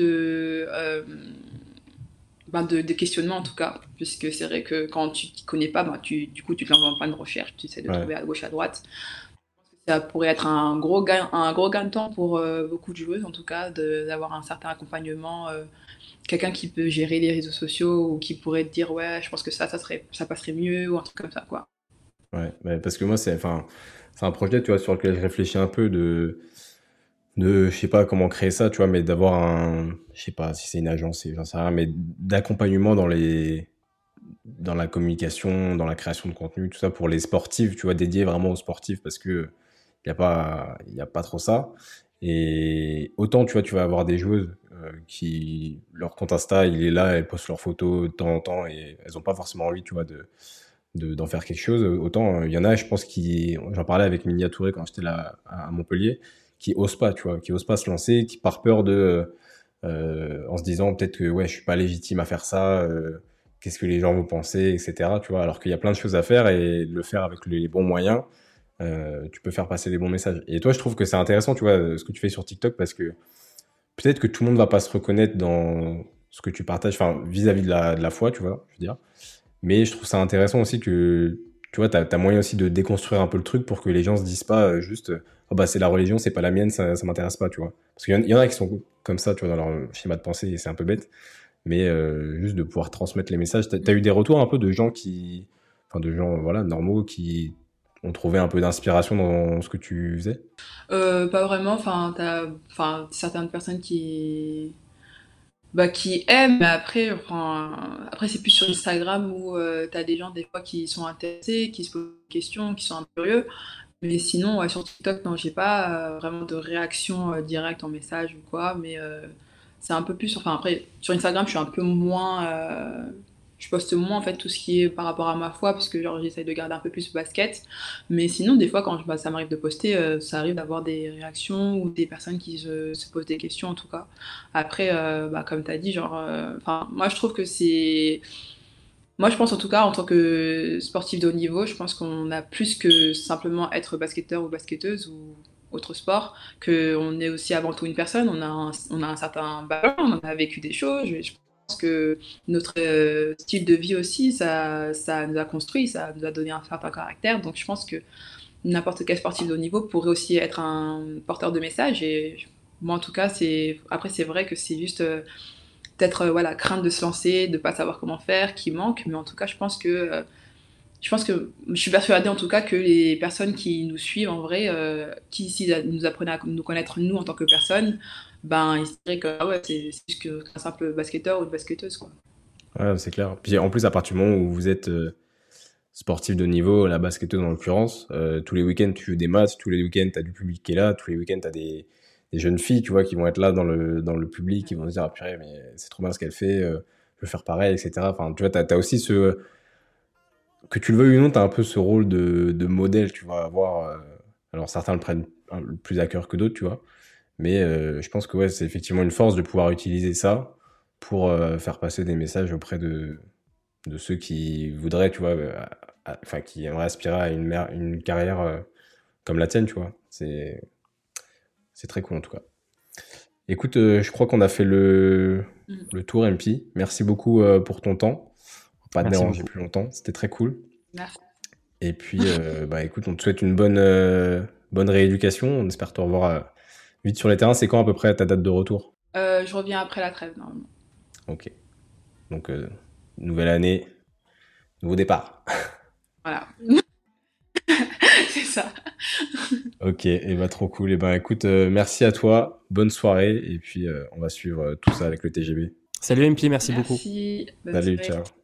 de questionnement en tout cas, puisque c'est vrai que quand tu ne connais pas, du coup tu te lances dans plein de recherches, tu essaies de Ouais. trouver à gauche, à droite. Ça pourrait être un gros gain de temps pour beaucoup de joueuses en tout cas, d'avoir un certain accompagnement, quelqu'un qui peut gérer les réseaux sociaux ou qui pourrait te dire ouais, je pense que ça passerait mieux ou un truc comme ça quoi. Ouais, parce que moi, enfin, c'est un projet, tu vois, sur lequel je réfléchis un peu je sais pas comment créer ça, tu vois, mais d'avoir je sais pas si c'est une agence, j'en sais rien, mais d'accompagnement dans la communication, dans la création de contenu, tout ça pour les sportifs, tu vois, dédié vraiment aux sportifs parce que il y a pas trop ça. Et autant, tu vois, tu vas avoir des joueuses qui, leur compte Insta, il est là, elles postent leurs photos de temps en temps et elles ont pas forcément envie, tu vois, d'en faire quelque chose. Autant, il y en a, je pense, j'en parlais avec Minia Touré quand j'étais là à Montpellier, qui osent pas, tu vois, qui osent pas se lancer, qui par peur en se disant peut-être que, ouais, je suis pas légitime à faire ça, qu'est-ce que les gens vont penser, etc., tu vois, alors qu'il y a plein de choses à faire et le faire avec les bons moyens, tu peux faire passer des bons messages. Et toi, je trouve que c'est intéressant, tu vois, ce que tu fais sur TikTok parce que peut-être que tout le monde va pas se reconnaître dans ce que tu partages, enfin, vis-à-vis de la foi, tu vois, je veux dire. Mais je trouve ça intéressant aussi que, tu vois, t'as moyen aussi de déconstruire un peu le truc pour que les gens se disent pas juste, oh bah c'est la religion, c'est pas la mienne, ça m'intéresse pas, tu vois. Parce qu'il y en a qui sont comme ça, tu vois, dans leur schéma de pensée, et c'est un peu bête. Mais juste de pouvoir transmettre les messages. T'as eu des retours un peu de gens enfin de gens, voilà, normaux qui ont trouvé un peu d'inspiration dans ce que tu faisais? Pas vraiment, enfin t'as certaines personnes qui aiment, mais après, après c'est plus sur Instagram où t'as des gens des fois qui sont intéressés, qui se posent des questions, qui sont un peu curieux. Mais sinon, ouais, sur TikTok, non, j'ai pas vraiment de réaction directe en message ou quoi, mais c'est un peu plus. Enfin, après, sur Instagram, je suis un peu moins. Je poste moins en fait tout ce qui est par rapport à ma foi, parce que genre j'essaye de garder un peu plus basket. Mais sinon, des fois, quand ça m'arrive de poster, ça arrive d'avoir des réactions ou des personnes qui se posent des questions en tout cas. Après, comme tu as dit, genre. Enfin, moi je trouve que c'est moi, je pense en tout cas, en tant que sportif de haut niveau, je pense qu'on a plus que simplement être basketteur ou basketteuse ou autre sport, qu'on est aussi avant tout une personne, on a un certain ballon, on a vécu des choses. Je pense que notre style de vie aussi, ça nous a construit, ça nous a donné un certain caractère. Donc je pense que n'importe quel sportif de haut niveau pourrait aussi être un porteur de message. Et moi, en tout cas, après, c'est vrai que c'est juste peut-être voilà, crainte de se lancer, de pas savoir comment faire, qui manque. Mais en tout cas, je pense que je suis persuadée en tout cas que les personnes qui nous suivent en vrai, qui si nous apprenaient à nous connaître nous en tant que personnes, ben ils se diraient que ah ouais, c'est juste qu'un simple basketteur ou une basketteuse quoi. Ouais, c'est clair. Puis en plus, à partir du moment où vous êtes sportif de niveau, la basketteuse en l'occurrence, tous les week-ends tu joues des matchs, tous les week-ends t'as du public qui est là, tous les week-ends t'as des jeunes filles, tu vois, qui vont être là dans le public, qui vont se dire ah purée mais c'est trop bien ce qu'elle fait, je veux faire pareil, etc. Enfin, tu vois, t'as aussi que tu le veuilles ou non, t'as un peu ce rôle de modèle, tu vas avoir. Alors certains le prennent plus à cœur que d'autres, tu vois, mais je pense que ouais, c'est effectivement une force de pouvoir utiliser ça pour faire passer des messages auprès de ceux qui voudraient, tu vois, enfin, qui aimeraient aspirer à une carrière comme la tienne, tu vois. C'est très cool en tout cas. Écoute, je crois qu'on a fait le, Mm. le tour, MP. Merci beaucoup pour ton temps. Pas te Merci déranger beaucoup. plus longtemps. C'était très cool. Merci. Et puis, bah écoute, on te souhaite une bonne rééducation. On espère te revoir vite sur les terrains. C'est quand à peu près ta date de retour? Je reviens après la trêve, normalement. Ok. Donc, nouvelle année, nouveau départ. Voilà. C'est ça. Ok, et bah trop cool. Et ben écoute, merci à toi. Bonne soirée. Et puis, on va suivre tout ça avec le TGB. Salut MP, merci beaucoup. Merci. Bonne Salut, soirée. ciao.